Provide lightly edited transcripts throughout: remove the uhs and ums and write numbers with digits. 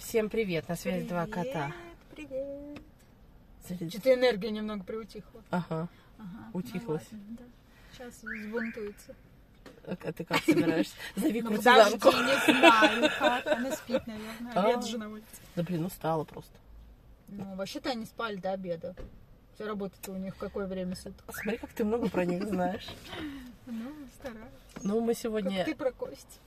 Всем привет, на связи два кота. Привет. Заряд- Что-то энергия немного приутихла. Ага, Ага, утихлась. Ну, ладно, да. Сейчас взбунтуется. А ты как собираешься? Зови Ну, куртизанку. подожди, не знаю, как. Она спит, наверное. Обед же на улице. Да блин, устала просто. Ну, вообще-то они спали до обеда. Все работает у них в какое время суток? Смотри, как ты много про них знаешь. Ну, стараюсь. Ну, мы Как сегодня ты про Кости.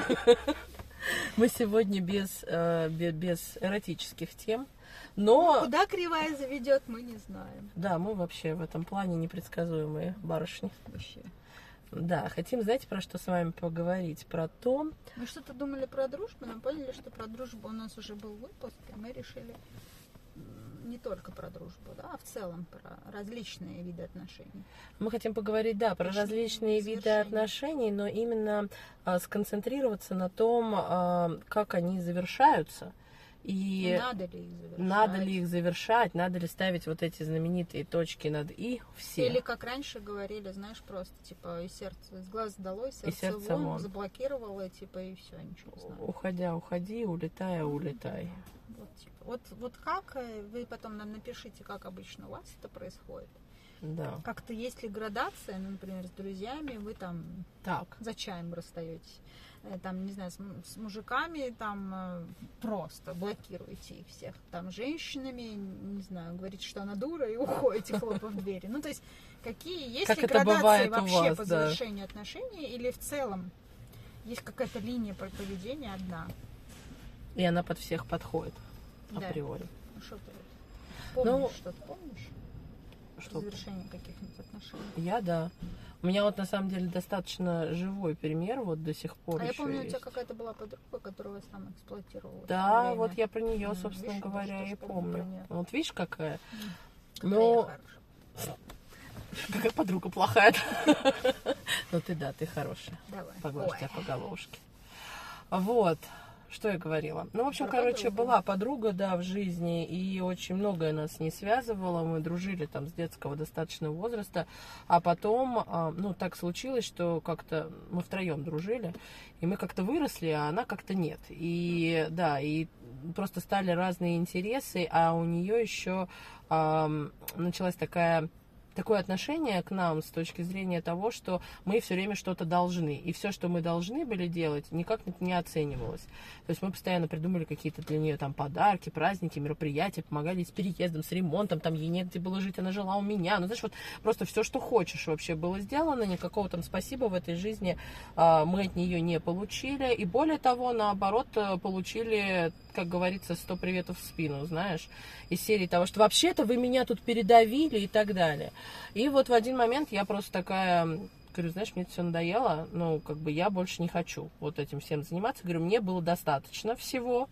без эротических тем. Но, Куда кривая заведет, мы не знаем. да, мы вообще в этом плане непредсказуемые барышни. Вообще. Да, хотим, знаете, про что с вами поговорить? Про то, Мы что-то думали про дружбу, но поняли, что про дружбу у нас уже был выпуск, и мы решили не только про дружбу, да, а в целом про различные виды отношений. мы хотим поговорить, да, про различные виды завершения. отношений, но именно сконцентрироваться на том, как они завершаются. И Надо ли их завершать? надо ли ставить вот эти знаменитые точки над «и» все. Или, как раньше говорили, знаешь, просто, типа, из глаз долой, сердце вон, вон. заблокировала, типа, и все, ничего не знаю. Уходя, уходи, улетая, улетай. Вот, типа, вот как, вы потом нам напишите, как обычно у вас это происходит. Да. Как-то есть ли градация, ну, например, с друзьями, вы там Так. за чаем расстаетесь, там, не знаю, с мужиками там просто блокируете их всех, там, женщинами, не знаю, говорите, что она дура, и уходите, хлопав двери. Ну, то есть, какие есть Как ли это градации бывает у вообще вас, по да. завершению отношений, или в целом есть какая-то линия поведения одна? И она под всех подходит, Да. априори. Ну, что ты помнишь, Ну, что-то помнишь? Что? Завершение каких-нибудь отношений. Я, да. У меня вот на самом деле достаточно живой пример вот до сих пор А я еще помню, у есть. тебя какая-то была подруга, которую вас там эксплуатировала. Да, время. вот я про нее, собственно видишь, говоря, даже и помню помню. про неё. Вот видишь, какая? Какая Ну, я хорошая. какая подруга плохая. Ну ты да, ты хорошая. Давай. Погладь Ой. тебя по головушке. Вот. Что я говорила? Ну, в общем, Про короче, подругу. была подруга, да, в жизни, и очень многое нас не связывало. Мы дружили там с детского достаточно возраста, а потом, ну, так случилось, что как-то мы втроем дружили, и мы как-то выросли, а она как-то нет. И, да, и просто стали разные интересы, а у нее еще началась такое отношение к нам с точки зрения того, что мы все время что-то должны. И все, что мы должны были делать, никак не оценивалось. То есть мы постоянно придумали какие-то для нее там подарки, праздники, мероприятия, помогали ей с переездом, с ремонтом, там ей негде было жить, она жила у меня. Ну, знаешь, вот просто все, что хочешь, вообще было сделано. Никакого там спасибо в этой жизни мы от нее не получили. И более того, наоборот, получили, как говорится, 100 приветов в спину, знаешь, из серии того, что вообще-то вы меня тут передавили и так далее. И вот в один момент я просто такая, говорю, знаешь, мне это все надоело, ну, как бы я больше не хочу вот этим всем заниматься. Говорю, мне было достаточно всего.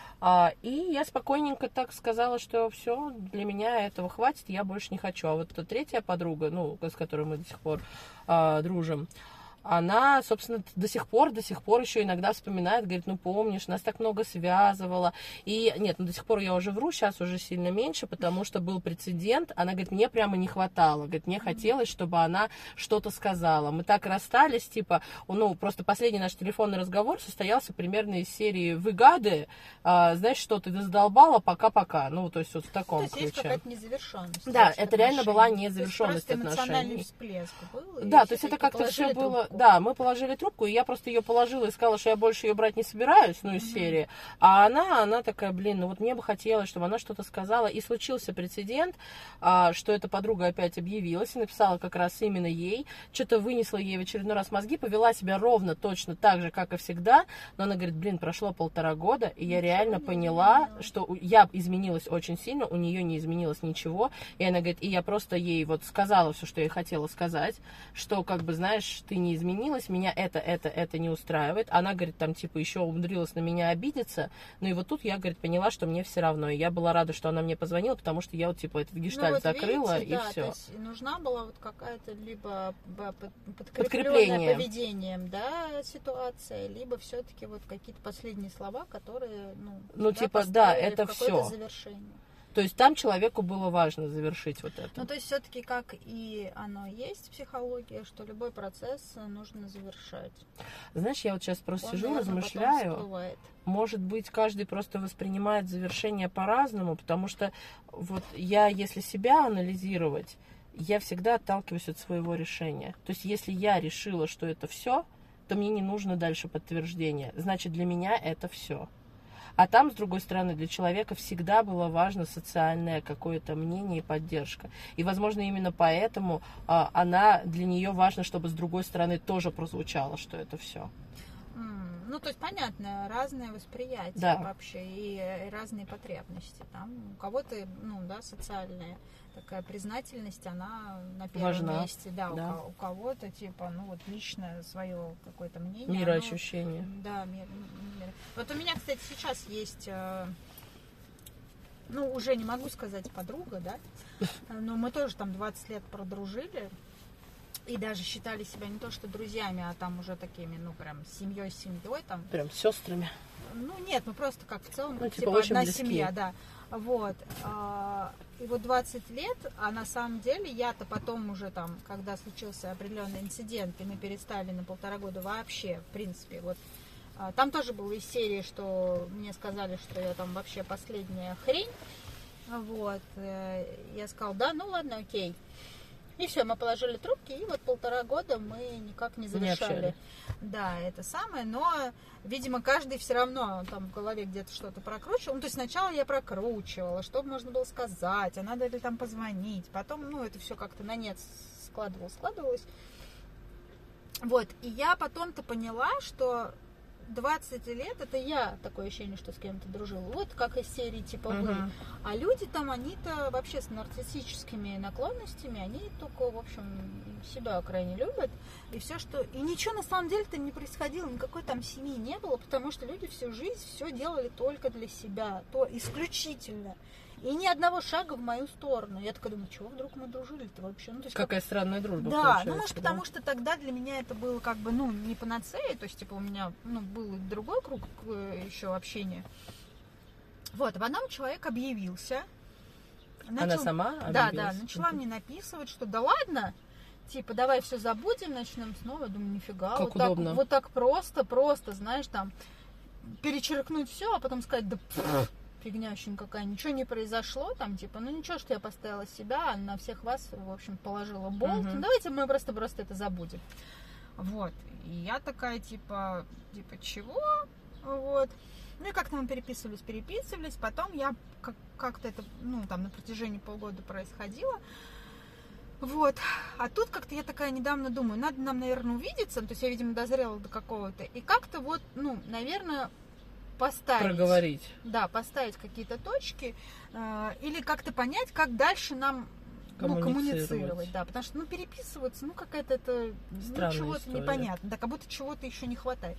И я спокойненько так сказала, что все, для меня этого хватит, я больше не хочу. А вот третья подруга, ну, с которой мы до сих пор дружим, она, собственно, до сих пор еще иногда вспоминает, говорит, ну, помнишь, нас так много связывало. И нет, ну, до сих пор я уже вру, сейчас уже сильно меньше, потому что был прецедент. Она говорит, мне прямо не хватало. Говорит, мне хотелось, чтобы она что-то сказала. Мы так расстались, типа, ну, просто последний наш телефонный разговор состоялся примерно из серии «Вы гады, знаешь что, ты задолбала, пока-пока». Ну, то есть вот в таком То есть ключе. есть какая-то незавершенность. Да, ваших это реально отношений. была То есть незавершенность просто эмоциональный отношений. всплеск был. и Да, то есть всё-таки это как-то все положили было... трубку. Да, мы положили трубку, и я просто ее положила и сказала, что я больше ее брать не собираюсь, ну, из серии. А она такая, блин, ну вот мне бы хотелось, чтобы она что-то сказала. И случился прецедент, что эта подруга опять объявилась и написала как раз именно ей, что-то вынесла ей в очередной раз мозги, повела себя ровно точно так же, как и всегда. Но она говорит, блин, прошло 1,5 года, и я реально поняла, что я изменилась очень сильно, у нее не изменилось ничего. И она говорит, и я просто ей вот сказала все, что я хотела сказать, что, как бы, знаешь, ты не изменилась, меня это не устраивает. Она, говорит, там, типа, еще умудрилась на меня обидеться, но и вот тут я, говорит, поняла, что мне все равно. И я была рада, что она мне позвонила, потому что я вот, типа, этот гештальт закрыла, видите, и да, все. То есть нужна была вот какая-то либо Подкрепление. подкрепленная поведением, да, ситуация, либо все-таки вот какие-то последние слова, которые, Ну, тебя типа, да, поставили это в какое-то всё. завершение. То есть там человеку было важно завершить вот это. Ну, то есть все-таки как и оно есть, психология, что любой процесс нужно завершать. Знаешь, я вот сейчас просто Он, сижу, наверное, размышляю. потом всплывает. Может быть, каждый просто воспринимает завершение по-разному, потому что вот я, если себя анализировать, я всегда отталкиваюсь от своего решения. То есть если я решила, что это все, то мне не нужно дальше подтверждения. Значит, для меня это все. А там, с другой стороны, для человека всегда было важно социальное какое-то мнение и поддержка. И, возможно, именно поэтому она для нее важно, чтобы с другой стороны тоже прозвучало, что это все. Ну, то есть, понятно, разное восприятие Да. вообще и разные потребности. Там у кого-то, ну, да, социальная такая признательность, она на первом Важна. месте. Да, Да. У кого-то, типа, ну, вот личное свое какое-то мнение. Мироощущение. Да, мир. Вот у меня, кстати, сейчас есть, ну, уже не могу сказать подруга, да, но мы тоже там 20 лет продружили. И даже считали себя не то что друзьями, а там уже такими, ну, прям семьей там. Прям с сестрами. Ну, нет, мы просто как в целом, Ну, типа очень одна близкие. семья, да. Вот. И вот 20 лет, а на самом деле я-то потом уже там, когда случился определенный инцидент, и мы перестали на 1,5 года вообще, в принципе, вот. Там тоже было из серии, что мне сказали, что я там вообще последняя хрень. Вот. Я сказала, да, ну ладно, окей. И все, мы положили трубки, и вот 1,5 года мы никак не завершали. Да, это самое, но, видимо, каждый все равно там в голове где-то что-то прокручивал. Ну, то есть сначала я прокручивала, что можно было сказать, а надо ли там позвонить. Потом, ну, это все как-то на нет складывалось. Вот, и я потом-то поняла, что 20 лет, это я, такое ощущение, что с кем-то дружила. Вот как из серии типа вы. А люди там, они-то вообще с нарциссическими наклонностями, они только, в общем, себя крайне любят. И все, что... И ничего на самом деле-то не происходило, никакой там семьи не было, потому что люди всю жизнь все делали только для себя, то исключительно. И ни одного шага в мою сторону. Я такая думаю, чего вдруг мы дружили-то вообще? Ну, то есть, Какая странная дружба. Да, ну, может, потому что тогда для меня это было как бы, ну, не панацея, то есть, типа, у меня, ну, был другой круг еще общения. Вот, а потом человек объявился. Она сама объявилась? Да, начала мне написывать, что да ладно, типа, давай все забудем, начнем снова. Думаю, нифига, как удобно. Вот так просто, знаешь, там, перечеркнуть все, а потом сказать, да фигня очень никакая, ничего не произошло, там, типа, ну ничего, что я поставила себя, а на всех вас, в общем, положила болт, ну давайте мы просто это забудем. Вот, и я такая, типа, чего? Вот. Ну и как-то мы переписывались, потом я как-то это, ну, там, на протяжении полгода происходило. Вот, а тут как-то я такая недавно думаю, надо нам, наверное, увидеться, то есть я, видимо, дозрела до какого-то, и как-то вот, ну, наверное, проговорить. Да, поставить какие-то точки, или как-то понять, как дальше нам коммуницировать. Да, потому что, ну, переписываться, ну, какая-то это, ну, чего-то непонятно, да, как будто чего-то еще не хватает.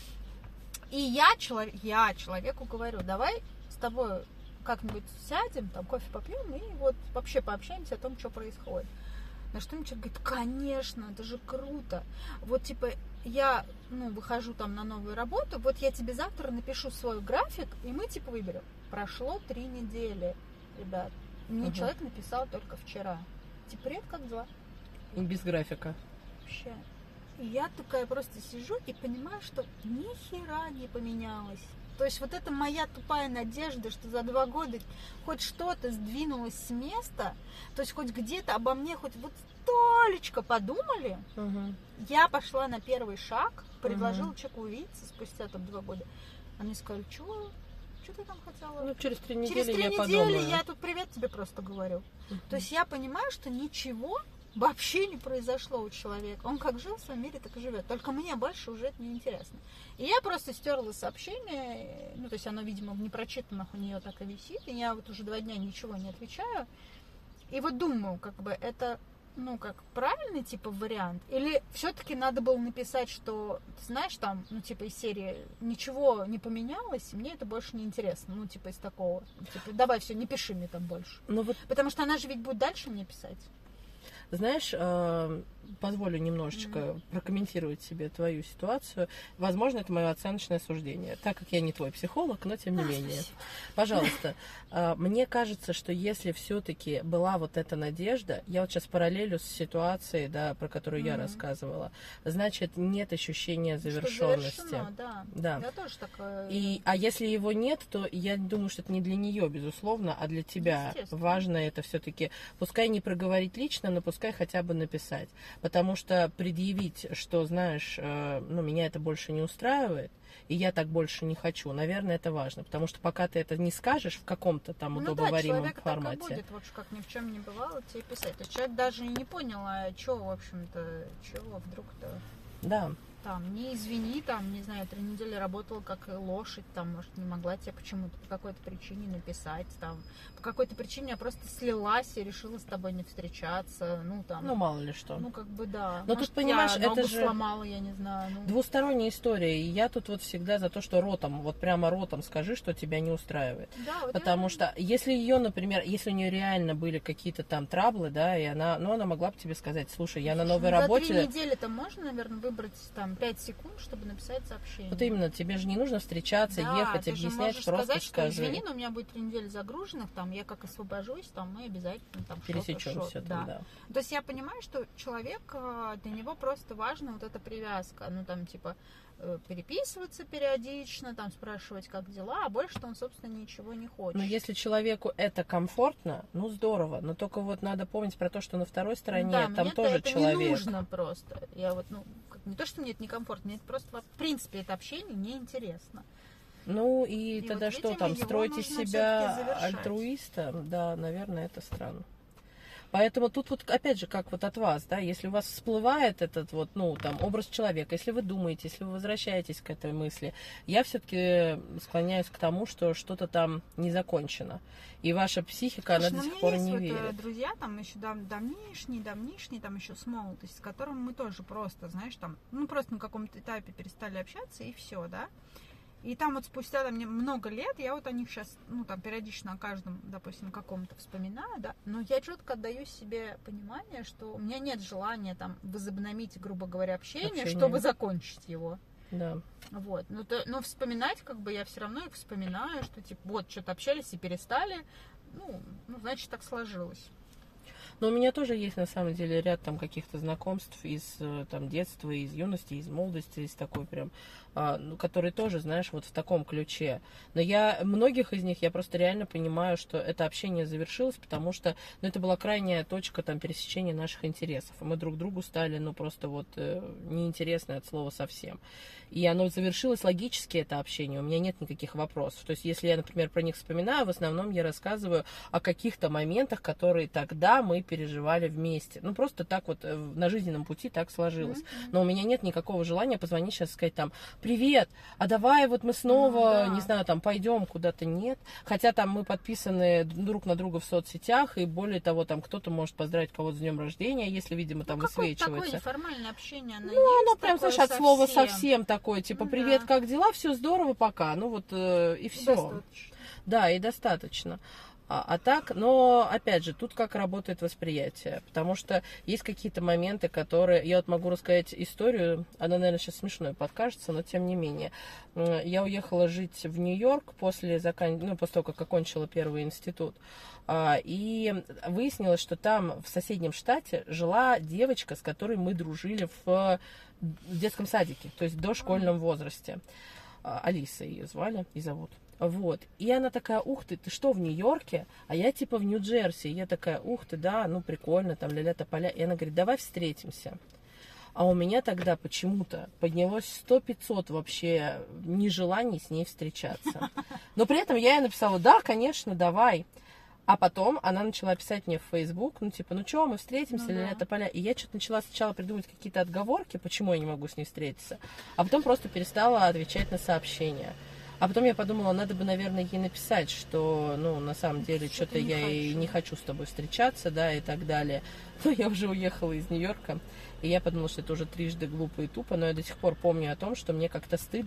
И я человеку говорю, давай с тобой как-нибудь сядем, там, кофе попьем и вот вообще пообщаемся о том, что происходит. На что мне человек говорит, конечно, это же круто. Вот, типа, я, ну, выхожу там на новую работу, вот я тебе завтра напишу свой график, и мы, типа, выберем. Прошло 3 недели, ребят. Мне человек написал только вчера. Типа, привет, как дела? И без графика. Вообще. И я такая просто сижу и понимаю, что ни хера не поменялось. То есть вот это моя тупая надежда, что за 2 года хоть что-то сдвинулось с места, то есть хоть где-то обо мне хоть вот столечко подумали, я пошла на первый шаг, предложила человеку увидеться спустя там 2 года. Они сказали, что ты там хотела? Ну, через 3 недели через 3 я недели подумаю. я тут привет тебе просто говорю. То есть я понимаю, что ничего вообще не произошло у человека. Он как жил в своем мире, так и живет. Только мне больше уже это не интересно. И я просто стерла сообщение, ну, то есть оно, видимо, в непрочитанных у нее так и висит, и я вот уже 2 дня ничего не отвечаю. И вот думаю, как бы это, ну, как правильный, типа, вариант? Или все-таки надо было написать, что, ты знаешь, там, ну, типа, из серии ничего не поменялось, мне это больше не интересно. Ну, типа, из такого. Типа, давай, все, не пиши мне там больше. Ну, вот... Потому что она же ведь будет дальше мне писать. Знаешь, позволю немножечко прокомментировать себе твою ситуацию. Возможно, это мое оценочное суждение, так как я не твой психолог, но тем не менее. Пожалуйста, мне кажется, что если все-таки была вот эта надежда, я вот сейчас параллелю с ситуацией, да, про которую я рассказывала, значит, нет ощущения завершенности. Да. Я тоже такая. А если его нет, то я думаю, что это не для нее, безусловно, а для тебя. Важно это все-таки, пускай не проговорить лично, но пускай хотя бы написать. Потому что предъявить, что, знаешь, меня это больше не устраивает, и я так больше не хочу, наверное, это важно. Потому что пока ты это не скажешь в каком-то там удобоваримом формате. Так и будет, вот как ни в чем не бывало, тебе писать. То есть человек даже и не понял, а что, в общем-то, чего вдруг-то... Да. Там, не извини, там, не знаю, 3 недели работала как лошадь, там, может, не могла тебе почему-то по какой-то причине написать, там, по какой-то причине я просто слилась и решила с тобой не встречаться, мало ли что. Да. Но тут, понимаешь, я ногу это же сломала, я не знаю. Двусторонняя история, и я тут вот всегда за то, что прямо ротом скажи, что тебя не устраивает. Да, вот потому что, если ее, например, если у нее реально были какие-то там траблы, да, и она могла бы тебе сказать, слушай, я на новой работе... За 3 недели-то можно, наверное, выбрать там 5 секунд, чтобы написать сообщение. Вот именно, тебе же не нужно встречаться, ехать, объяснять, просто сказать, что, извини, но у меня будет 3 недели загруженных, там, я как освобожусь, там, мы обязательно там пересечемся там, да. То есть я понимаю, что человек, для него просто важна вот эта привязка, переписываться периодично, там, спрашивать, как дела, а больше он, собственно, ничего не хочет. Но если человеку это комфортно, здорово, но только вот надо помнить про то, что на второй стороне там тоже это человек. Не нужно просто. Я не то, что мне это некомфортно, мне это просто, в принципе, это общение неинтересно. И тогда что там, строить из себя альтруиста? Да, наверное, это странно. Поэтому тут опять же, как от вас, да, если у вас всплывает этот образ человека, если вы думаете, если вы возвращаетесь к этой мысли, я все-таки склоняюсь к тому, что что-то там не закончено. И ваша психика, она до сих пор не верит. Вот друзья, там еще давнишние, там еще с молодости, с которым мы тоже просто, знаешь, там, просто на каком-то этапе перестали общаться, и все, да. И там спустя много лет, я о них сейчас, периодично о каждом, допустим, каком-то вспоминаю, да, но я четко отдаю себе понимание, что у меня нет желания там возобновить, грубо говоря, общение. Чтобы закончить его. Да. Вот. Но вспоминать, я все равно их вспоминаю, что что-то общались и перестали, значит, так сложилось. Но у меня тоже есть, на самом деле, ряд там каких-то знакомств из детства, из юности, из молодости, из такой прям, которые тоже, знаешь, вот в таком ключе. Но многих из них я просто реально понимаю, что это общение завершилось, потому что, это была крайняя точка пересечения наших интересов. И мы друг другу стали, просто неинтересны от слова совсем. И оно завершилось логически, это общение, у меня нет никаких вопросов. То есть, если я, например, про них вспоминаю, в основном я рассказываю о каких-то моментах, которые тогда мы переживали вместе. Просто так на жизненном пути так сложилось. Но у меня нет никакого желания позвонить сейчас и сказать привет, а давай мы снова, не знаю, пойдем куда-то, нет. Хотя мы подписаны друг на друга в соцсетях, и более того, кто-то может поздравить кого-то с днем рождения, если, видимо, высвечивается. Такое неформальное общение, оно прям, знаешь, от слова совсем такое, привет, как дела, все здорово, пока. И все. Достаточно. Да, и достаточно. А так, но, опять же, тут как работает восприятие. Потому что есть какие-то моменты, которые... Я могу рассказать историю, она, наверное, сейчас смешной подкажется, но тем не менее. Я уехала жить в Нью-Йорк после того, как окончила первый институт. И выяснилось, что там, в соседнем штате, жила девочка, с которой мы дружили в детском садике, то есть в дошкольном возрасте. Алиса ее звали и зовут. Вот. И она такая, ух ты что, в Нью-Йорке? А я в Нью-Джерси. И я такая, ух ты, да, прикольно, там ля-ля тополя. И она говорит, давай встретимся. А у меня тогда почему-то поднялось 100-500 вообще нежеланий с ней встречаться. Но при этом я ей написала, да, конечно, давай. А потом она начала писать мне в Facebook, что, мы встретимся, ля-ля тополя. И я что-то начала сначала придумывать какие-то отговорки, почему я не могу с ней встретиться. А потом просто перестала отвечать на сообщения. А потом я подумала, надо бы, наверное, ей написать, что, на самом деле, что-то я и не хочу с тобой встречаться, да, и так далее. Но я уже уехала из Нью-Йорка, и я подумала, что это уже трижды глупо и тупо, но я до сих пор помню о том, что мне как-то стыдно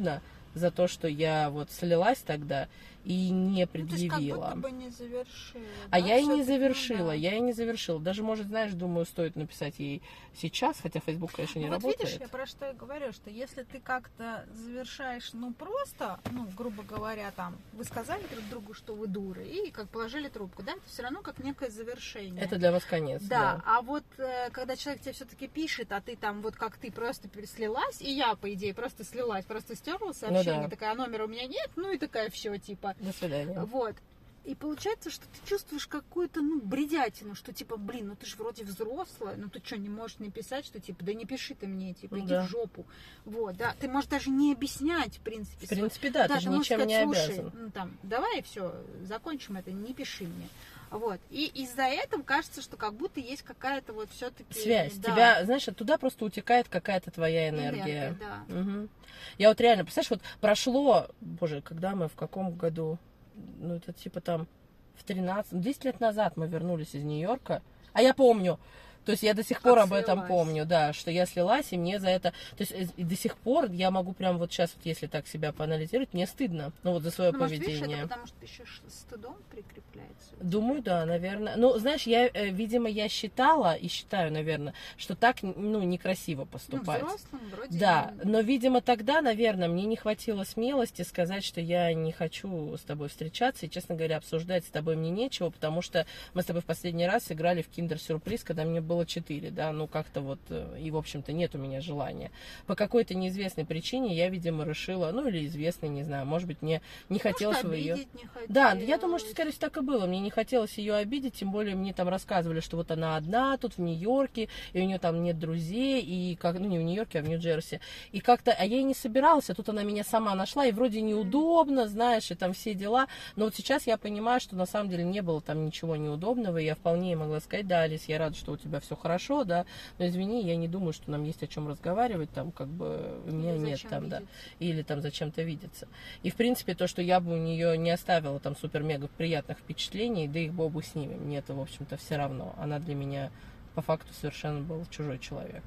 за то, что я вот слилась тогда и не Ну, то есть как предъявила. будто бы не завершила. А да, я и не всё-таки, ну завершила, да. я и не завершила. Даже, может, знаешь, думаю, стоит написать ей сейчас, хотя Facebook, конечно, не Ну, вот работает. видишь, я про что и говорю, что если ты как-то завершаешь, ну, просто, ну, грубо говоря, там, вы сказали друг другу, что вы дуры, и как положили трубку, да, это все равно как некое завершение. Это для вас конец, Да, а вот когда человек тебе все-таки пишет, а ты там вот как ты просто слилась, и я, по идее, просто слилась, просто стерла сообщение, да. такая, а номера у меня нет, ну и такая все, типа. До свидания. Вот. И получается, что ты чувствуешь какую-то, ну, бредятину, что типа, блин, ну ты же вроде взрослая, ну ты что, не можешь написать, что типа, да не пиши ты мне, типа, иди Да. в жопу. Вот, да. Ты можешь даже не объяснять, в принципе. В принципе, да, ты же можешь ничем не слушай, обязан. ну там, давай все, закончим это, не пиши мне. Вот. И из-за этого кажется, что как будто есть какая-то вот все-таки Связь. да, Тебя, знаешь, оттуда просто утекает какая-то твоя энергия. да. Мгм. Я вот реально, представляешь, вот прошло, боже, когда мы, в каком году? Ну, это типа там в 10 лет назад мы вернулись из Нью-Йорка. А я помню. То есть я до сих пор об этом слилась. помню, да, что я слилась, и мне за это... То есть и до сих пор я могу прям вот сейчас, вот если так себя поанализировать, мне стыдно, ну вот за свое Ну, может, видишь, поведение. это потому что еще стыдом прикрепляется. Думаю, да, наверное. Ну, знаешь, я, видимо, я считала и считаю, наверное, что так, ну, некрасиво Ну, поступать. взрослым вроде Да, не- но, видимо, тогда, наверное, мне не хватило смелости сказать, что я не хочу с тобой встречаться, и, честно говоря, обсуждать с тобой мне нечего, потому что мы с тобой в последний раз играли в киндер-сюрприз, когда мне было 4, да, ну, как-то вот, и, в общем-то, нет у меня желания. По какой-то неизвестной причине я, видимо, решила, ну, или известной, не знаю, может быть, мне не хотелось Может, ее... обидеть не Да, я думаю, что, хотелось. скорее всего, так и было. Мне не хотелось ее обидеть, тем более мне там рассказывали, что вот она одна тут в Нью-Йорке, и у нее там нет друзей, и как, ну, не в Нью-Йорке, а в Нью-Джерси. И как-то, а я и не собиралась, а тут она меня сама нашла, и вроде неудобно, знаешь, и там все дела. Но вот сейчас я понимаю, что на самом деле не было там ничего неудобного, и я вполне могла сказать, да, Алис, я рада, что у тебя все хорошо, да, но извини, я не думаю, что нам есть о чем разговаривать, там, как бы, у меня Или нет зачем там, да, видеться? или там зачем-то видеться. И, в принципе, то, что я бы у нее не оставила там супер-мега приятных впечатлений, да их богу с ними, мне это, в общем-то, все равно. Она для меня, по факту, совершенно был чужой человек.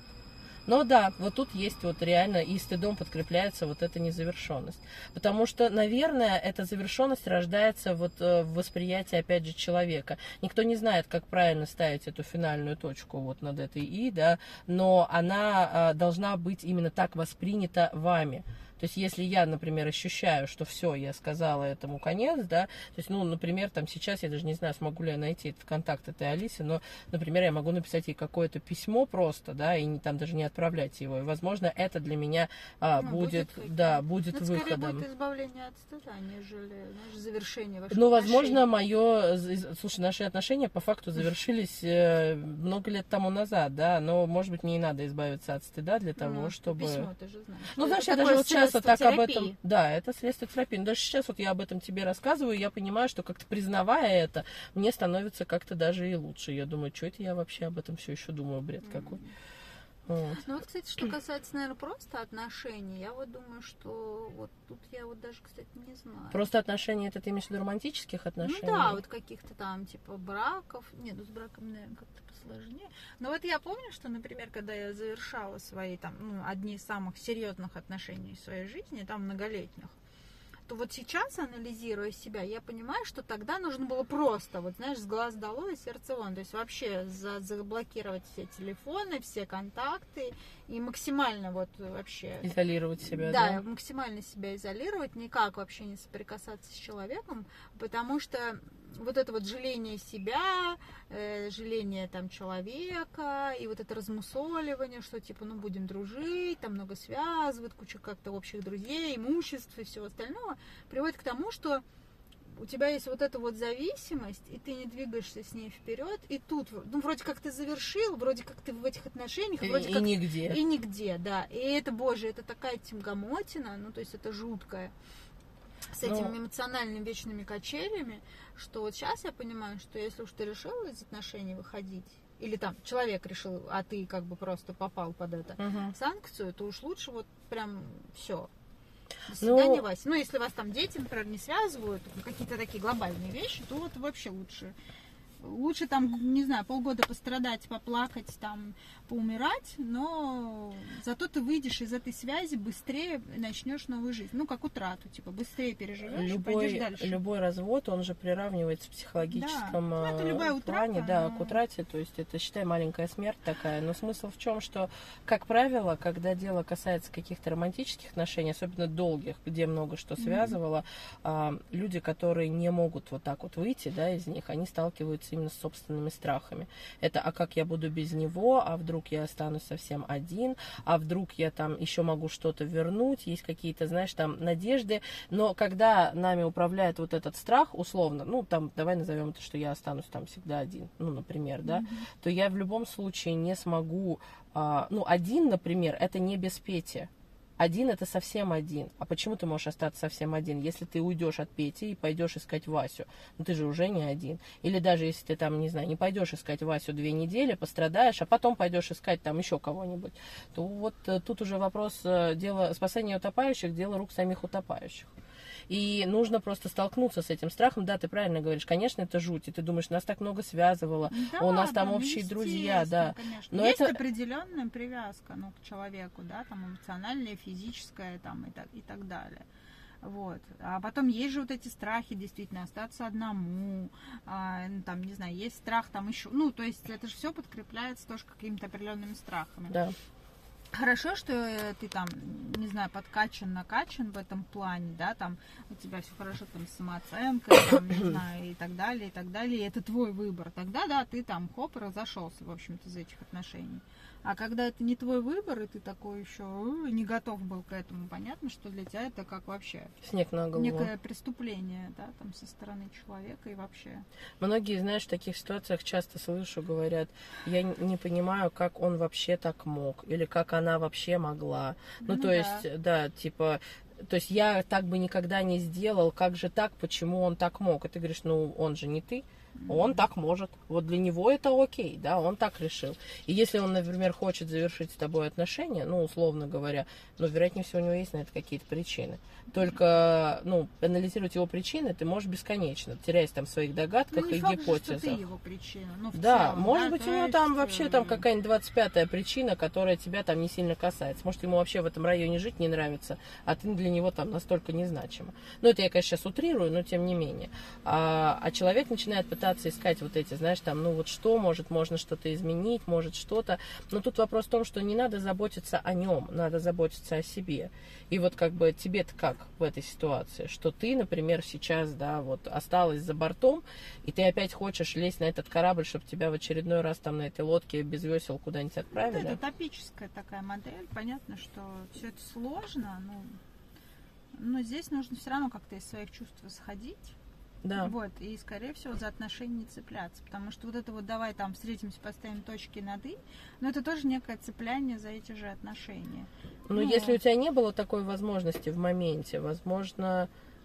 Но да, вот тут есть вот реально и стыдом подкрепляется вот эта незавершенность. Потому что, наверное, эта завершенность рождается вот в восприятии, опять же, человека. Никто не знает, как правильно ставить эту финальную точку вот над этой «и», да, но она должна быть именно так воспринята вами. То есть, если я, например, ощущаю, что все, я сказала этому конец, да, то есть, ну, например, там сейчас, я даже не знаю, смогу ли я найти этот контакт этой Алисы, но, например, я могу написать ей какое-то письмо просто, да, и там даже не отправлять его. И, возможно, это для меня будет Это скорее выходом. будет избавление от стыда, нежели, знаешь, завершение ваших Ну, возможно, отношений. слушай, наши отношения по факту завершились много лет тому назад, да, но, может быть, мне и надо избавиться от стыда для того, чтобы... Письмо, ты же знаешь. Ну, что знаешь, это я даже такое вот сейчас вот так об средство этом... терапии. Да, это следствие терапии. Но даже сейчас вот я об этом тебе рассказываю, я понимаю, что как-то признавая это, мне становится как-то даже и лучше. Я думаю, что это я вообще об этом все еще думаю, бред какой. Вот. Ну вот, кстати, что касается, наверное, просто отношений, я вот думаю, что вот тут я вот даже, кстати, не знаю. Просто отношения, это ты имеешь в виду романтических отношений? Ну да, вот каких-то там типа браков. Нет, ну с браком, наверное, как-то посложнее. Но вот я помню, что, например, когда я завершала свои там, ну, одни из самых серьезных отношений в своей жизни, там многолетних, то вот сейчас, анализируя себя, я понимаю, что тогда нужно было просто, вот знаешь, с глаз долой и сердце вон, то есть вообще заблокировать все телефоны, все контакты и максимально вот вообще... Изолировать себя, Да, да? максимально себя изолировать, никак вообще не соприкасаться с человеком, потому что вот это вот жаление себя, жаление там человека, и вот это размусоливание, что типа, ну, будем дружить, там много связывает, куча как-то общих друзей, имуществ и всего остального, приводит к тому, что у тебя есть вот эта вот зависимость, и ты не двигаешься с ней вперед, и тут, ну, вроде как ты завершил, вроде как ты в этих отношениях, вроде И как... нигде. И нигде, да. И это, боже, это такая тягомотина, ну, то есть это жуткое, с этими эмоциональными вечными качелями, что вот сейчас я понимаю, что если уж ты решил из отношений выходить, или там человек решил, а ты как бы просто попал под эту санкцию, то уж лучше вот прям все. До свидания, Вася. Ну, если вас там дети, например, не связывают, какие-то такие глобальные вещи, то вот вообще лучше лучше там, не знаю, полгода пострадать, поплакать, там, поумирать, но зато ты выйдешь из этой связи быстрее, начнешь новую жизнь. Ну, как утрату, типа, быстрее переживешь и пойдешь дальше. Любой развод, он же приравнивается в психологическом плане, к утрате, то есть это, считай, маленькая смерть такая. Но смысл в чем, что, как правило, когда дело касается каких-то романтических отношений, особенно долгих, где много что связывало, люди, которые не могут вот так вот выйти, да, из них, они сталкиваются именно с собственными страхами. Это, а как я буду без него, а вдруг я останусь совсем один, а вдруг я там еще могу что-то вернуть, есть какие-то, знаешь, там надежды, но когда нами управляет вот этот страх, условно, ну, там, давай назовем это, что я останусь там всегда один, ну, например, да, то я в любом случае не смогу, один, например, это не без Пети. Один это совсем один. А почему ты можешь остаться совсем один? Если ты уйдешь от Пети и пойдешь искать Васю, ну ты же уже не один. Или даже если ты там, не знаю, не пойдешь искать Васю 2 недели, пострадаешь, а потом пойдешь искать там еще кого-нибудь, то вот тут уже вопрос дела спасения утопающих, дело рук самих утопающих. И нужно просто столкнуться с этим страхом. Да, ты правильно говоришь, конечно, это жуть. И ты думаешь, нас так много связывало, да, у нас там общие друзья, да. Конечно. Но есть определенная привязка, к человеку, да, там эмоциональная, физическая, там и так далее. Вот. А потом есть же вот эти страхи, действительно, остаться одному, там, не знаю, есть страх там еще, то есть это же все подкрепляется тоже какими-то определенными страхами. Да. Хорошо, что ты там, не знаю, накачан в этом плане, да, там у тебя все хорошо там с самооценкой, там, не знаю, и так далее, и это твой выбор. Тогда, да, ты там, хоп, разошелся, в общем-то, из этих отношений. А когда это не твой выбор, и ты такой еще не готов был к этому, понятно, что для тебя это как вообще снег на голову. Некое преступление, да, там со стороны человека и вообще. Многие, знаешь, в таких ситуациях часто слышу, говорят, я не понимаю, как он вообще так мог, или как она вообще могла. Есть, да, типа... То есть я так бы никогда не сделал, как же так, почему он так мог? И ты говоришь, он же не ты. Он так может. Вот для него это окей, да, он так решил. И если он, например, хочет завершить с тобой отношения, условно говоря, вероятнее всего у него есть на это какие-то причины. Только, анализировать его причины ты можешь бесконечно, теряясь там в своих догадках и гипотезах. Что ты его причина. Да, целом, может быть, у него там вообще там какая-нибудь 25-я причина, которая тебя там не сильно касается. Может, ему вообще в этом районе жить не нравится, а ты для него там настолько незначима. Это я, конечно, сейчас утрирую, но тем не менее. А человек начинает пытаться искать вот эти, знаешь, там, что, можно что-то изменить, может что-то. Но тут вопрос в том, что не надо заботиться о нем, надо заботиться о себе. И вот как бы тебе-то как в этой ситуации, что ты, например, сейчас, да, вот осталась за бортом, и ты опять хочешь лезть на этот корабль, чтобы тебя в очередной раз там на этой лодке без весел куда-нибудь отправили. Это утопическая такая модель. Понятно, что все это сложно, но здесь нужно все равно как-то из своих чувств исходить. Да. Вот, и, скорее всего, за отношения не цепляться. Потому что вот это вот давай там встретимся, поставим точки над «и», но это тоже некое цепляние за эти же отношения. Если у тебя не было такой возможности в моменте, возможно,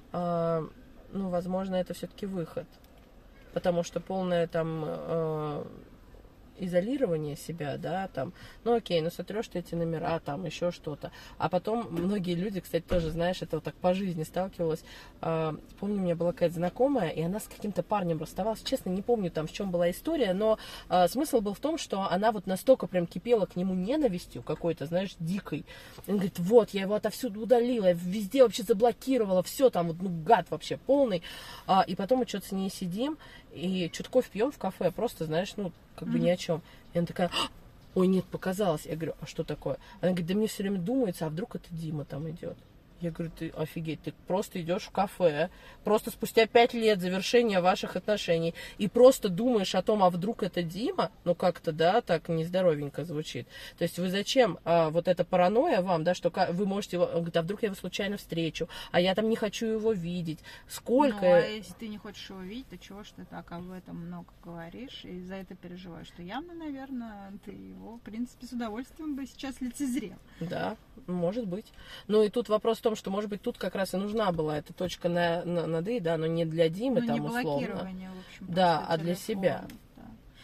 возможно, это все-таки выход. Потому что полное там изолирование себя, да, там, окей, сотрешь ты эти номера, там, еще что-то. А потом многие люди, кстати, тоже, знаешь, это вот так по жизни сталкивалась. Помню, у меня была какая-то знакомая, и она с каким-то парнем расставалась. Честно, не помню там, в чем была история, но смысл был в том, что она вот настолько прям кипела к нему ненавистью какой-то, знаешь, дикой. Она говорит, вот, я его отовсюду удалила, везде вообще заблокировала, все там, гад вообще полный. И потом мы что-то с ней сидим, и что-то кофе пьем в кафе, просто, знаешь, как бы ни о чем. И она такая, ой, нет, показалось. Я говорю, а что такое? Она говорит, да мне все время думается, а вдруг это Дима там идет. Я говорю, ты офигеть, ты просто идешь в кафе, просто спустя 5 лет завершения ваших отношений, и просто думаешь о том, а вдруг это Дима, как-то, да, так нездоровенько звучит. То есть вы зачем вот эта паранойя вам, да, что вы можете, он говорит, а вдруг я его случайно встречу, а я там не хочу его видеть. Сколько... а если ты не хочешь его видеть, то чего ж ты так об этом много говоришь и за это переживаешь, что явно, наверное, ты его, в принципе, с удовольствием бы сейчас лицезрел. Да, может быть. И тут вопрос в том, что, может быть, тут как раз и нужна была эта точка над «и», да, но не для Димы, там, не условно. В общем, да, а для себя. Да.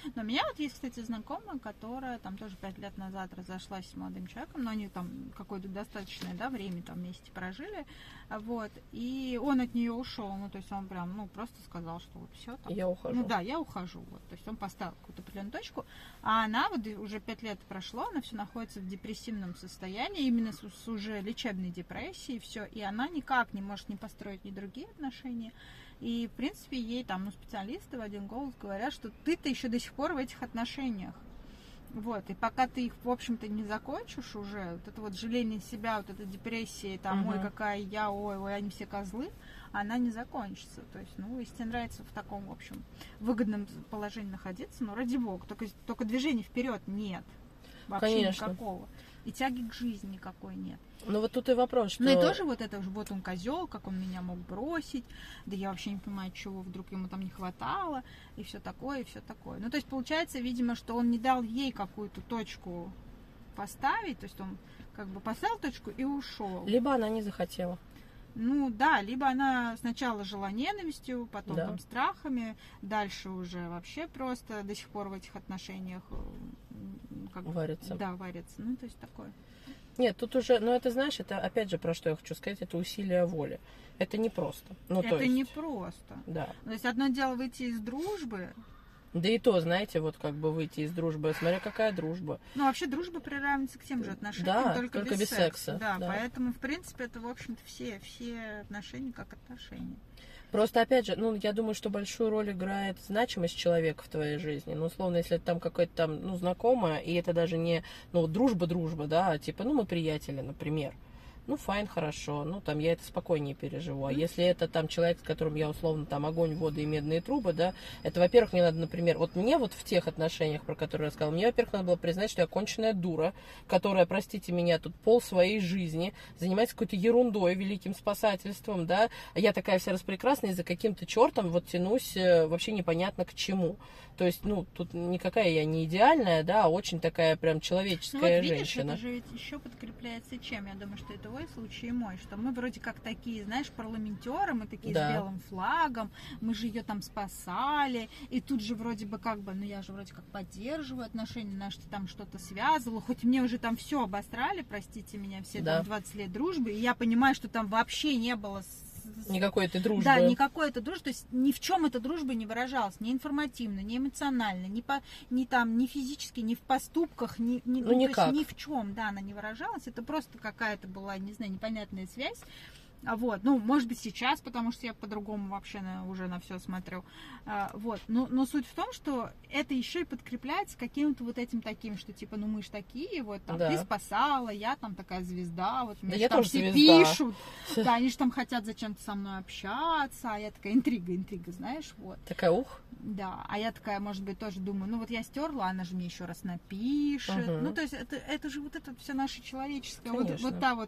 Но у меня вот есть, кстати, знакомая, которая там тоже 5 лет назад разошлась с молодым человеком, но они там какое-то достаточное, да, время там вместе прожили, вот, и он от нее ушел, ну, то есть он прям, ну, просто сказал, что вот все там. Я ухожу. Ну, да, я ухожу, вот, то есть он поставил какую-то определенную точку, а она вот уже 5 лет прошло, она все находится в депрессивном состоянии, именно с уже лечебной депрессией, все, и она никак не может не построить ни другие отношения. И, в принципе, ей там, ну, специалисты в один голос говорят, что ты-то еще до сих пор в этих отношениях. Вот, и пока ты их, в общем-то, не закончишь уже, вот это вот жаление себя, вот эта депрессия, там, ой, какая я, ой, они все козлы, она не закончится. То есть, ну, если тебе нравится в таком, в общем, выгодном положении находиться, ну, ради бога, только движения вперед нет. Вообще Конечно. никакого. И тяги к жизни никакой нет. Ну вот тут и вопрос, что... Ну и тоже вот это, вот он козел, как он меня мог бросить, да я вообще не понимаю, чего вдруг ему там не хватало, и все такое, и все такое. Ну то есть получается, видимо, что он не дал ей какую-то точку поставить, то есть он как бы поставил точку и ушел. Либо она не захотела. Ну да, либо она сначала жила ненавистью, потом Да. там страхами, дальше уже вообще просто до сих пор в этих отношениях как бы, Варится. Да, варится. Ну то есть такое. Нет, тут уже, ну это знаешь, это опять же про что я хочу сказать, это усилие воли. Это непросто. Ну, Это то есть, не просто. Да. То есть одно дело выйти из дружбы. Да и то, знаете, вот как бы выйти из дружбы, смотря какая дружба. Ну, вообще дружба приравнивается к тем же отношениям, Да, только без без секса. Да, Да. поэтому, в принципе, это, в общем-то, все отношения как отношения. Просто, опять же, ну, я думаю, что большую роль играет значимость человека в твоей жизни. Ну, условно, если это там какое-то там, ну, знакомое, и это даже не, ну, дружба, да, а типа, ну, мы приятели, например. Ну, файн, хорошо, ну, там, я это спокойнее переживу. А если это там человек, с которым я, условно, там, огонь, вода и медные трубы, да, это, во-первых, мне надо, например, вот мне вот в тех отношениях, про которые я сказала, мне, во-первых, надо было признать, что я конченая дура, которая, простите меня, тут пол своей жизни занимается какой-то ерундой, великим спасательством, да, а я такая вся распрекрасная, и за каким-то чертом вот тянусь вообще непонятно к чему. То есть, ну, тут никакая я не идеальная, да, а очень такая прям человеческая Ну, вот видишь, женщина. это же ведь еще подкрепляется чем? Я думаю, что и твой случай, и мой, что мы вроде как такие, знаешь, парламентеры, мы такие Да. с белым флагом, мы же ее там спасали, и тут же вроде бы как бы, ну я же вроде как поддерживаю отношения наши, там что-то связывала, хоть мне уже там все обосрали, простите меня, все Да. там 20 лет дружбы, и я понимаю, что там вообще не было Никакой этой дружбы. Да, никакой это дружбы, то есть ни в чем эта дружба не выражалась, ни информативно, ни эмоционально, ни там, ни физически, ни в поступках, то есть никак. ни в чем, да, она не выражалась, это просто какая-то была, не знаю, непонятная связь. Вот, ну, может быть, сейчас, потому что я по-другому вообще уже на все смотрю. Вот, но суть в том, что это еще и подкрепляется каким-то вот этим таким, что типа, ну мы ж такие, вот там, Да. ты спасала, я там такая звезда, вот мне я там тоже все звезда. пишут, да, они же там хотят зачем-то со мной общаться, а я такая интрига, знаешь, вот. Такая, ух. Да, а я такая, может быть, тоже думаю, ну вот я стерла, она же мне еще раз напишет. Мгм. Ну, то есть это же вот это все наше человеческое. Конечно. Вот та вот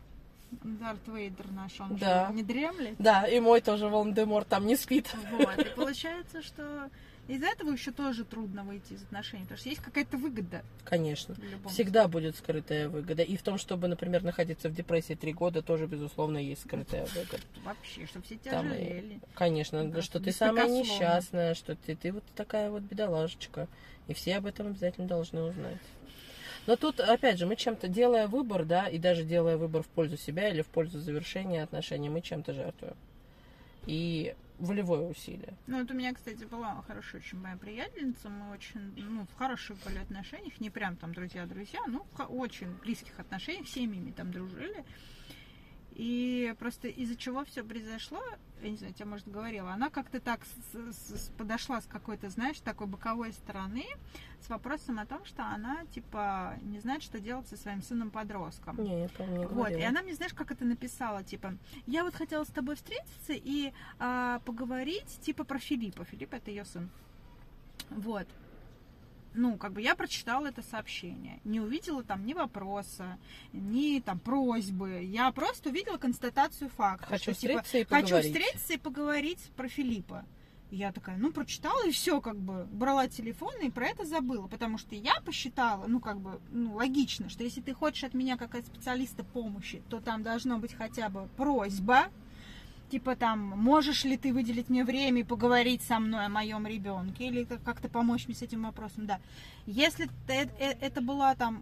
Дарт Вейдер наш, он Да. же не дремлет. Да, и мой тоже Волан-де-Мор там не спит. Вот. И получается, что из-за этого еще тоже трудно выйти из отношений, потому что есть какая-то выгода. Конечно. В любом Всегда будет скрытая выгода. И в том, чтобы, например, находиться в депрессии 3 года, тоже, безусловно, есть скрытая выгода. Вообще, чтобы все тебя Там, жалели. конечно, Да, что ты самая беспрекословно. несчастная, что ты вот такая вот бедолажечка. И все об этом обязательно должны узнать. Но тут, опять же, мы чем-то, делая выбор, да, и даже делая выбор в пользу себя или в пользу завершения отношений, мы чем-то жертвуем. И волевое усилие. Ну, вот у меня, кстати, была хорошая очень моя приятельница, мы очень, ну, в хороших были отношениях, не прям там друзья, но в очень близких отношениях, семьями там дружили. И просто из-за чего все произошло, я не знаю, я, может, говорила, она как-то так подошла с какой-то, знаешь, такой боковой стороны с вопросом о том, что она, типа, не знает, что делать со своим сыном-подростком. Не, я помню, не Вот, говорила. и она мне, знаешь, как это написала, типа, я вот хотела с тобой встретиться и поговорить, типа, про Филиппа. Филипп — это ее сын. Вот. Ну, как бы я прочитала это сообщение, не увидела там ни вопроса, ни там просьбы, я просто увидела констатацию факта. Хочу что, типа, встретиться и поговорить. хочу встретиться и поговорить про Филиппа. И я такая, ну, прочитала и все, как бы, брала телефон и про это забыла, потому что я посчитала, ну, как бы, ну, логично, что если ты хочешь от меня как от специалиста помощи, то там должно быть хотя бы просьба, типа там, можешь ли ты выделить мне время и поговорить со мной о моем ребенке, или как-то помочь мне с этим вопросом, да. Если это была там,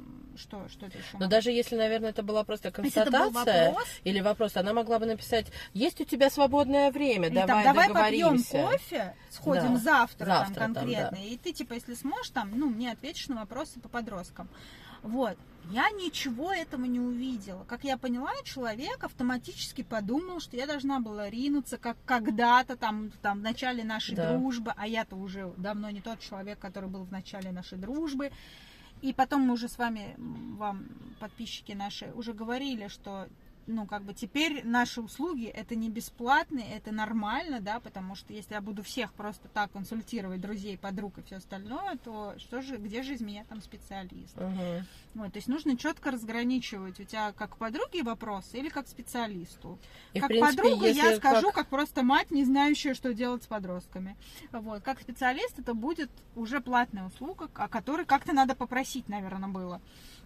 что это еще? Но даже если, наверное, это была просто констатация или вопрос, она могла бы написать: есть у тебя свободное время, или давай договоримся. Попьем кофе, сходим завтра там конкретно, там, да. И ты, типа, если сможешь, там, ну, мне ответишь на вопросы по подросткам. Вот. Я ничего этого не увидела. Как я поняла, человек автоматически подумал, что я должна была ринуться, как когда-то там в начале нашей дружбы, а я-то уже давно не тот человек, который был в начале нашей дружбы. И потом мы уже с вами, вам, подписчики наши, уже говорили, что, ну, как бы теперь наши услуги, это не бесплатные, это нормально, да, потому что если я буду всех просто так консультировать, друзей, подруг и все остальное, то что же, где же из меня там специалист? Угу. Вот, то есть нужно четко разграничивать у тебя как подруги вопросы или как специалисту. И, как в принципе, подруга я скажу, как просто мать, не знающая, что делать с подростками. Вот, как специалист это будет уже платная услуга, о которой как-то надо попросить, наверное, было.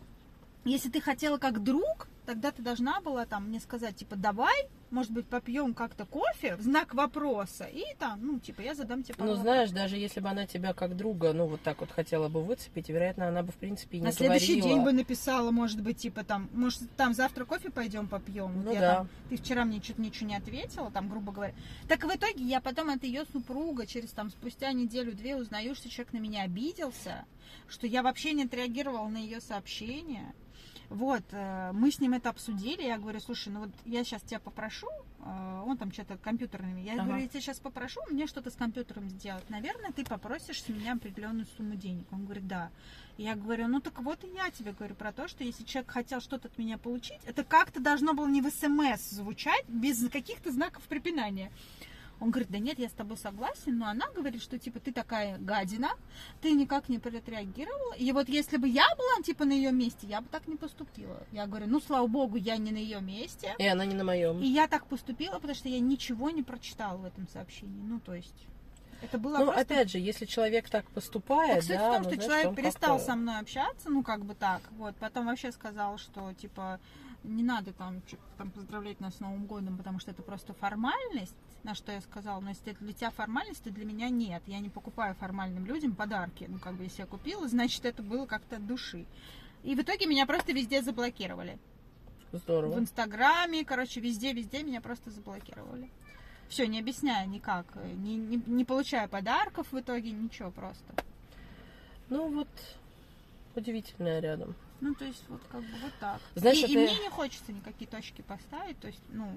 Если ты хотела как друг, тогда ты должна была там мне сказать, типа, давай, может быть, попьем как-то кофе в знак вопроса, и там, ну, типа, я задам тебе вопрос. Ну, знаешь, даже если бы она тебя как друга, ну, вот так вот хотела бы выцепить, вероятно, она бы, в принципе, и не говорила. На следующий день бы написала, может быть, типа, там, может, там завтра кофе пойдем попьем. Ну, да. Ты вчера мне что-то ничего не ответила, там, грубо говоря. Так в итоге я потом от ее супруга через, там, спустя неделю-две узнаю, что человек на меня обиделся, что я вообще не отреагировала на ее сообщение. Вот, мы с ним это обсудили, я говорю, слушай, ну вот я сейчас тебя попрошу, он там что-то компьютерными, я говорю, я тебя сейчас попрошу мне что-то с компьютером сделать, наверное, ты попросишь с меня определенную сумму денег. Он говорит, да. Я говорю, ну так вот и я тебе говорю про то, что если человек хотел что-то от меня получить, это как-то должно было не в СМС звучать, без каких-то знаков препинания. Он говорит, да нет, я с тобой согласен, но она говорит, что, типа, ты такая гадина, ты никак не отреагировала. И вот если бы я была, типа, на ее месте, я бы так не поступила. Я говорю, ну, слава богу, я не на ее месте. И она не на моем. И я так поступила, потому что я ничего не прочитала в этом сообщении. Ну, то есть... Это было ну, просто... опять же, если человек так поступает, так, суть в том, что знаешь, человек перестал со мной общаться, ну, как бы так, вот, потом вообще сказал, что, типа, не надо там поздравлять нас с Новым годом, потому что это просто формальность, на что я сказала, но если это для тебя формальность, то для меня нет, я не покупаю формальным людям подарки, ну, как бы, если я купила, значит, это было как-то от души. И в итоге меня просто везде заблокировали. Здорово. В Инстаграме, короче, везде меня просто заблокировали. Все, не объясняя никак, не получая подарков в итоге, ничего просто. Ну вот, удивительное рядом. Ну, то есть, вот как бы вот так. Знаешь, и мне не хочется никакие точки поставить, то есть,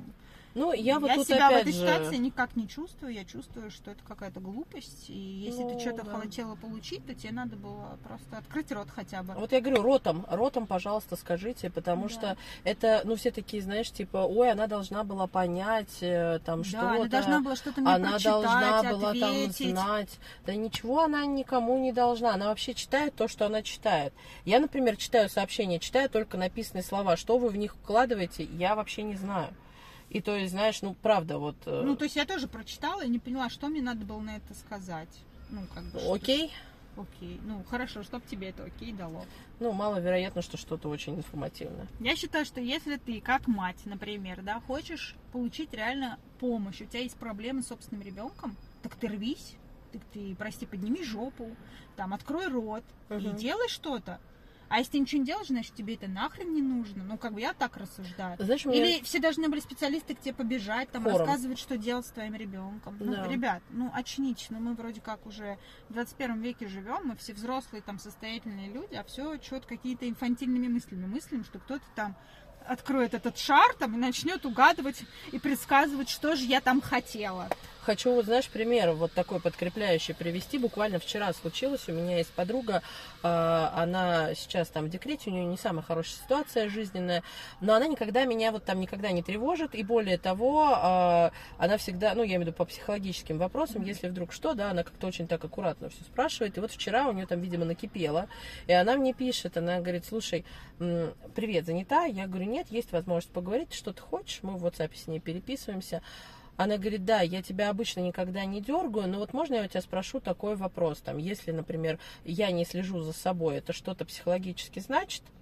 я вот тут себя опять в этой же... ситуации никак не чувствую, я чувствую, что это какая-то глупость, и если ты что-то хотела получить, то тебе надо было просто открыть рот хотя бы. Вот я говорю, ротом, пожалуйста, скажите, потому что это, все такие, знаешь, типа, ой, она должна была понять там что-то. Она должна была что-то мне прочитать, должна была ответить. там знать. Да ничего она никому не должна, она вообще читает то, что она читает. Я, например, читаю сообщения, читаю только написанные слова, что вы в них вкладываете, я вообще не знаю. И то есть, знаешь, правда, вот... то есть я тоже прочитала и не поняла, что мне надо было на это сказать. Как бы... Окей. Окей. Хорошо, чтоб тебе это окей дало. Маловероятно, что что-то очень информативное. Я считаю, что если ты, как мать, например, да, хочешь получить реально помощь, у тебя есть проблемы с собственным ребенком, так ты рвись, ты подними жопу, там, открой рот и делай что-то. А если ты ничего не делаешь, значит, тебе это нахрен не нужно. Я так рассуждаю. Знаешь, Или все должны были специалисты к тебе побежать, там, рассказывать, что делать с твоим ребенком. Да. Ребят, очнитесь, мы вроде как уже в 21 веке живем, мы все взрослые, там, состоятельные люди, а все что-то какие-то инфантильными мыслями мыслим, что кто-то там откроет этот шар там и начнет угадывать и предсказывать, что же я там хотела. Хочу, знаешь, пример вот такой подкрепляющий привести. Буквально вчера случилось, у меня есть подруга, она сейчас там в декрете, у нее не самая хорошая ситуация жизненная, но она никогда меня никогда не тревожит, и более того, она всегда, я имею в виду по психологическим вопросам, если вдруг что, да, она как-то очень так аккуратно все спрашивает, и вот вчера у нее там, видимо, накипело, и она мне пишет, она говорит, слушай, привет, занята? Я говорю, нет, есть возможность поговорить, что ты хочешь, мы в WhatsApp с ней переписываемся. Она говорит, да, я тебя обычно никогда не дергаю, но вот можно я у тебя спрошу такой вопрос, там, если, например, я не слежу за собой, это что-то психологически значит?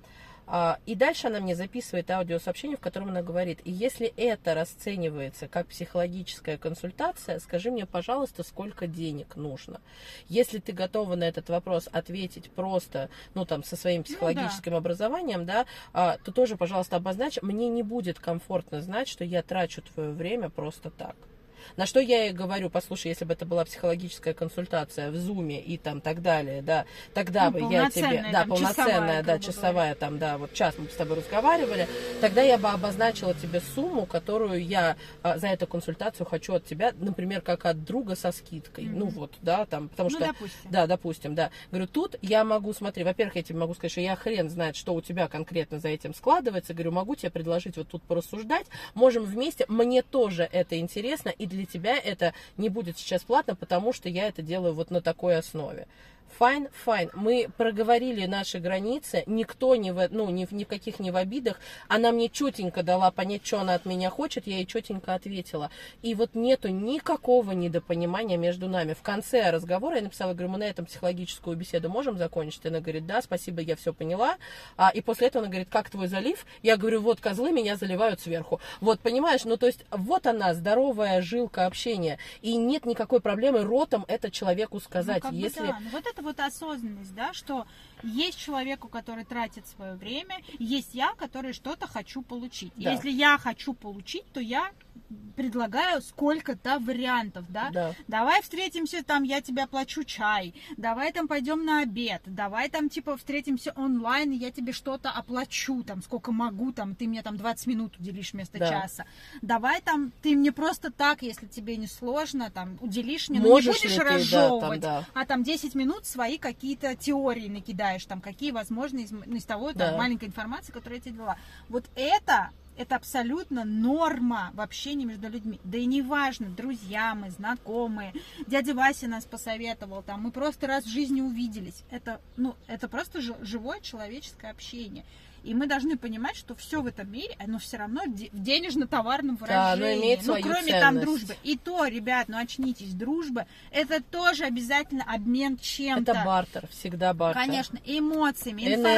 И дальше она мне записывает аудиосообщение, в котором она говорит: и если это расценивается как психологическая консультация, скажи мне, пожалуйста, сколько денег нужно. Если ты готова на этот вопрос ответить просто, ну, там, со своим психологическим образованием, да, то тоже, пожалуйста, обозначь. Мне не будет комфортно знать, что я трачу твое время просто так. На что я ей говорю: послушай, если бы это была психологическая консультация в Зуме и там так далее, да, тогда бы я тебе, да, полноценная, да, часовая, там, да, вот час мы с тобой разговаривали, тогда я бы обозначила тебе сумму, которую я за эту консультацию хочу от тебя, например, как от друга со скидкой, ну вот, да, там, потому что, допустим. Да, допустим, да, говорю, тут я могу, смотри, во-первых, я тебе могу сказать, что я хрен знает, что у тебя конкретно за этим складывается, говорю, могу тебе предложить вот тут порассуждать, можем вместе, мне тоже это интересно, и для тебя это не будет сейчас платно, потому что я это делаю вот на такой основе. Fine. Мы проговорили наши границы, никто ни в каких не в обидах. Она мне четенько дала понять, что она от меня хочет, я ей четенько ответила. И вот нету никакого недопонимания между нами. В конце разговора я написала, говорю, мы на этом психологическую беседу можем закончить? Она говорит, да, спасибо, я все поняла. И после этого она говорит, как твой залив? Я говорю, вот козлы меня заливают сверху. Вот, понимаешь, ну то есть вот она, здоровая жилка общения. И нет никакой проблемы ротом это человеку сказать. Ну, если... да. Вот это вот осознанность, да, что есть человеку, который тратит свое время, есть я, который что-то хочу получить. Да. Если я хочу получить, то я предлагаю сколько-то вариантов, да? Давай встретимся, там, я тебе оплачу чай, давай там пойдем на обед, давай там, типа, встретимся онлайн, и я тебе что-то оплачу, там, сколько могу, там, ты мне там 20 минут уделишь вместо часа. Давай там, ты мне просто так, если тебе не сложно, там, уделишь мне, но не будешь разжевывать, а там 10 минут свои какие-то теории накидаешь, там, какие возможны из того, там, маленькой информации, которую я тебе дала. Вот это абсолютно норма в общении между людьми. Да и неважно, друзья мы, знакомые, дядя Вася нас посоветовал, там, мы просто раз в жизни увиделись. Это просто живое человеческое общение. И мы должны понимать, что все в этом мире, оно все равно в денежно-товарном выражении. Да, кроме ценность. Там дружбы. И то, ребят, очнитесь, дружба, это тоже обязательно обмен чем-то. Это бартер, всегда бартер. Конечно, эмоциями,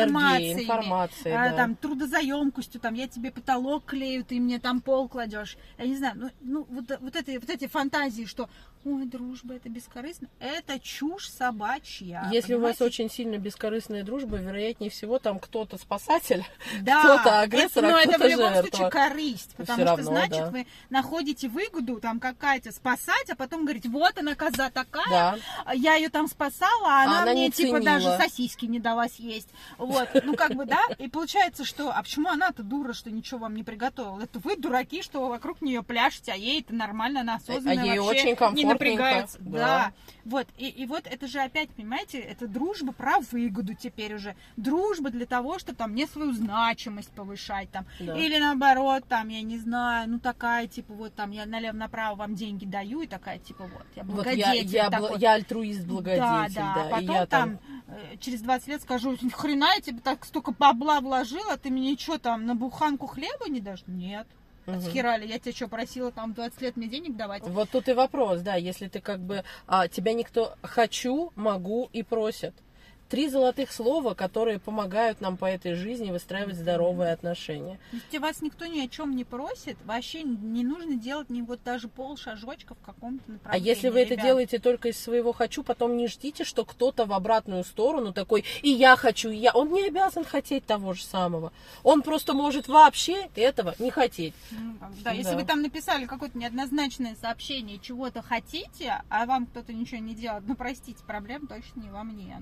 информацией, там, трудозаемкостью, там, я тебе потолок клею, ты мне там пол кладешь. Я не знаю, вот эти фантазии, что ой, дружба, это бескорыстно, это чушь собачья. Если понимаете? у вас очень сильно бескорыстная дружба, вероятнее всего, там кто-то спасатель, да, кто-то агрессор, но кто-то это в любом жертва. случае корысть, потому что, равно, значит, вы находите выгоду, там, какая-то спасать, а потом говорить, вот она, коза такая, я ее там спасала, а она мне, типа, даже сосиски не дала съесть. Вот, и получается, что, а почему она-то дура, что ничего вам не приготовила? Это вы дураки, что вокруг нее пляшете, а ей это нормально, она осознанно, ей вообще очень комфортненько, напрягается. Да. Вот, и вот это же опять, понимаете, это дружба про выгоду теперь уже. Дружба для того, чтобы там мне свою значимость повышать, там, или наоборот, там, я не знаю, такая, типа, вот там, я налево-направо вам деньги даю, и такая, типа, вот, я благодетель. Я альтруист-благодетель, да. Потом я там через 20 лет скажу, хрена я тебе так столько бабла вложила, ты мне что там, на буханку хлеба не дашь? Нет. Схерали, я тебя что, просила там 20 лет мне денег давать? Вот тут и вопрос, да, если ты тебя никто хочу, могу и просит. 3 золотых слова, которые помогают нам по этой жизни выстраивать здоровые отношения. Если вас никто ни о чем не просит, вообще не нужно делать ни вот даже полшажочка в каком-то направлении. А если вы это делаете только из своего «хочу», потом не ждите, что кто-то в обратную сторону такой «и я хочу, и я». Он не обязан хотеть того же самого. Он просто может вообще этого не хотеть. Если вы там написали какое-то неоднозначное сообщение, чего-то хотите, а вам кто-то ничего не делает, простите, проблема точно не во мне.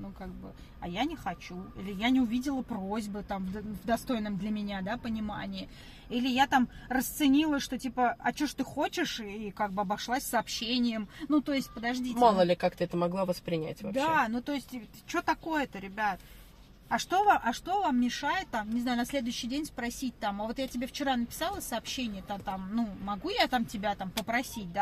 А я не хочу, или я не увидела просьбы там в достойном для меня, понимании, или я там расценила, что типа, а что ж ты хочешь, и обошлась сообщением, то есть, подождите. Мало ли, как ты это могла воспринять вообще. Да, то есть, что такое-то, ребят? А что вам мешает, там, не знаю, на следующий день спросить, там, а вот я тебе вчера написала сообщение, могу я там тебя там попросить, да?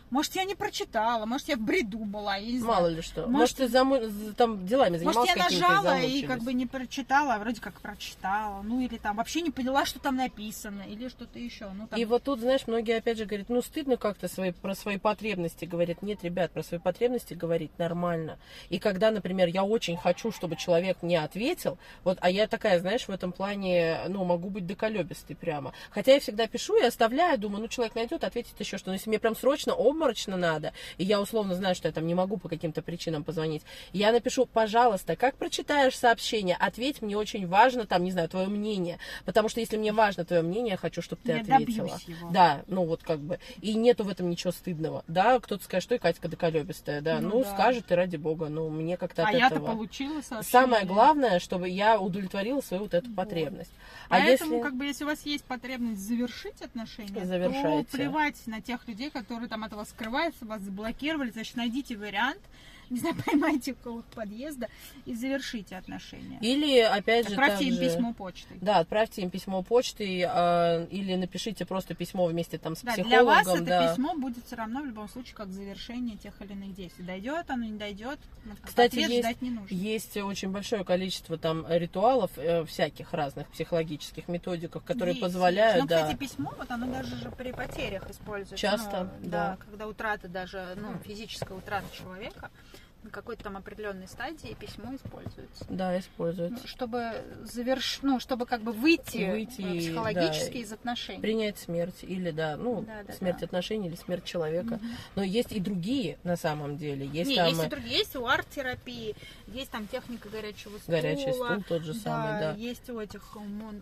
Может, я не прочитала, может, я в бреду была, я не знаю. Мало ли что. Может, ты там делами занималась может, я какими-то нажала и как бы не прочитала, а вроде как прочитала. Ну, или там вообще не поняла, что там написано, или что-то еще. Ну, там... И вот тут, знаешь, многие опять же говорят, ну, стыдно как-то про свои потребности говорят. Нет, ребят, про свои потребности говорить нормально. И когда, например, я очень хочу, чтобы человек мне ответил, вот, а я такая, знаешь, в этом плане, ну, могу быть доколебистой прямо. Хотя я всегда пишу и оставляю, думаю, ну, человек найдет, ответит еще что. Но если мне прям срочно, обморочно надо, и я условно знаю, что я там не могу по каким-то причинам позвонить, я напишу, пожалуйста, как прочитаешь сообщение, ответь, мне очень важно, там, не знаю, твое мнение, потому что если мне важно твое мнение, я хочу, чтобы ты ответила. Да, ну вот как бы, и нету в этом ничего стыдного, да, кто-то скажет, что и Катька доколебистая, да, ну да. Скажет, и ради бога, ну, мне как-то от этого. А я-то получила сообщение. Самое главное, чтобы я удовлетворила свою вот эту потребность. Поэтому, если... как бы, если у вас есть потребность завершить отношения, то плевать на тех людей, которые там этого скрываются, вас заблокировали, значит, найдите вариант, не знаю, поймайте около подъезда и завершите отношения. Или, опять же, отправьте им письмо почтой. Да, отправьте им письмо почтой, или напишите просто письмо вместе там с психологом. Для вас это письмо будет все равно в любом случае как завершение тех или иных действий. Дойдет оно, не дойдет, кстати, ждать не нужно. Есть очень большое количество там ритуалов, всяких разных психологических методиков, которые позволяют... Ну, кстати, письмо, вот оно даже же при потерях используется. Часто, да. Когда утрата даже, физическая утрата человека, на какой-то там определенной стадии письмо используется. Да, используется. Чтобы чтобы как бы выйти психологически из отношений. Принять смерть или, смерть отношений или смерть человека. Но есть и другие на самом деле. Есть и другие. Есть у арт-терапии, есть там техника горячего стула. Горячий стул тот же самый, да. Есть у этих,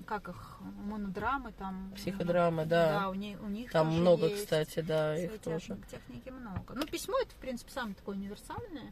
монодрамы там. Психодрамы, да. Да, у них там много, есть. Кстати, да, их тоже. Техники много. Ну, письмо это, в принципе, самое такое универсальное.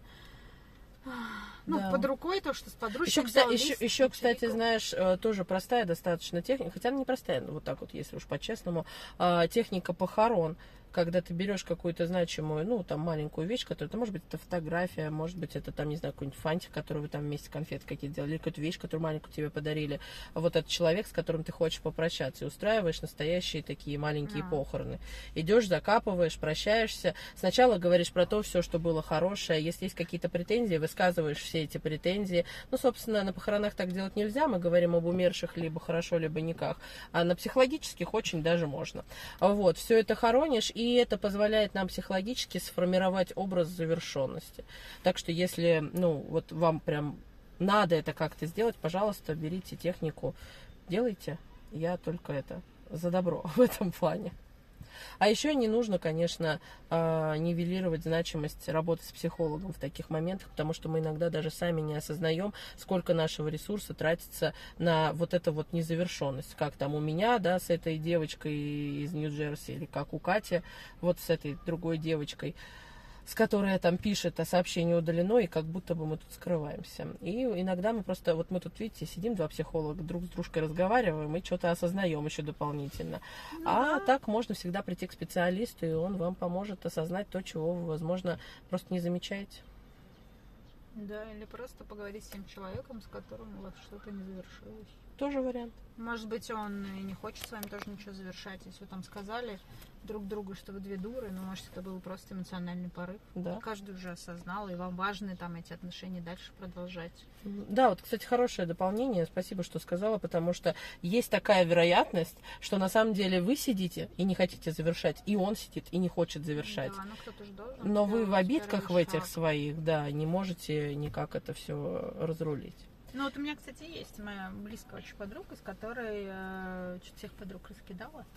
Под рукой то, что с подручным. Еще, кстати, знаешь, тоже простая достаточно техника, хотя она не простая, вот так вот, если уж по-честному, техника похорон. Когда ты берешь какую-то значимую, там маленькую вещь, которая, это может быть это фотография, может быть это там, не знаю, какой-нибудь фантик, который вы там вместе конфеты какие-то делали, или какую-то вещь, которую маленькую тебе подарили. Вот этот человек, с которым ты хочешь попрощаться, и устраиваешь настоящие такие маленькие похороны. Идешь, закапываешь, прощаешься. Сначала говоришь про то все, что было хорошее. Если есть какие-то претензии, высказываешь все эти претензии. Собственно, на похоронах так делать нельзя. Мы говорим об умерших либо хорошо, либо никак. А на психологических очень даже можно. Вот, все это хоронишь, и это позволяет нам психологически сформировать образ завершенности. Так что если, вот вам прям надо это как-то сделать, пожалуйста, берите технику, делайте. Я только это за добро в этом плане. А еще не нужно, конечно, нивелировать значимость работы с психологом в таких моментах, потому что мы иногда даже сами не осознаем, сколько нашего ресурса тратится на вот эту вот незавершенность. Как там у меня, да, с этой девочкой из Нью-Джерси, или как у Кати, вот с этой другой девочкой, с которой там пишет, а сообщение удалено, и как будто бы мы тут скрываемся. И иногда мы просто, вот мы тут, видите, сидим, два психолога, друг с дружкой разговариваем, и что-то осознаем еще дополнительно. Так можно всегда прийти к специалисту, и он вам поможет осознать то, чего вы, возможно, просто не замечаете. Да, или просто поговорить с тем человеком, с которым у вас что-то не завершилось. Тоже вариант. Может быть, он и не хочет с вами тоже ничего завершать. Если вы там сказали друг другу, что вы две дуры, может, это был просто эмоциональный порыв. Да. Каждый уже осознал, и вам важно там эти отношения дальше продолжать. Да, вот, кстати, хорошее дополнение. Спасибо, что сказала, потому что есть такая вероятность, что на самом деле вы сидите и не хотите завершать, и он сидит и не хочет завершать. Да, кто-то же должен. Но вы в обидках в этих своих, не можете никак это все разрулить. Вот у меня, кстати, есть моя близкая очень подруга, с которой чуть всех подруг раскидала,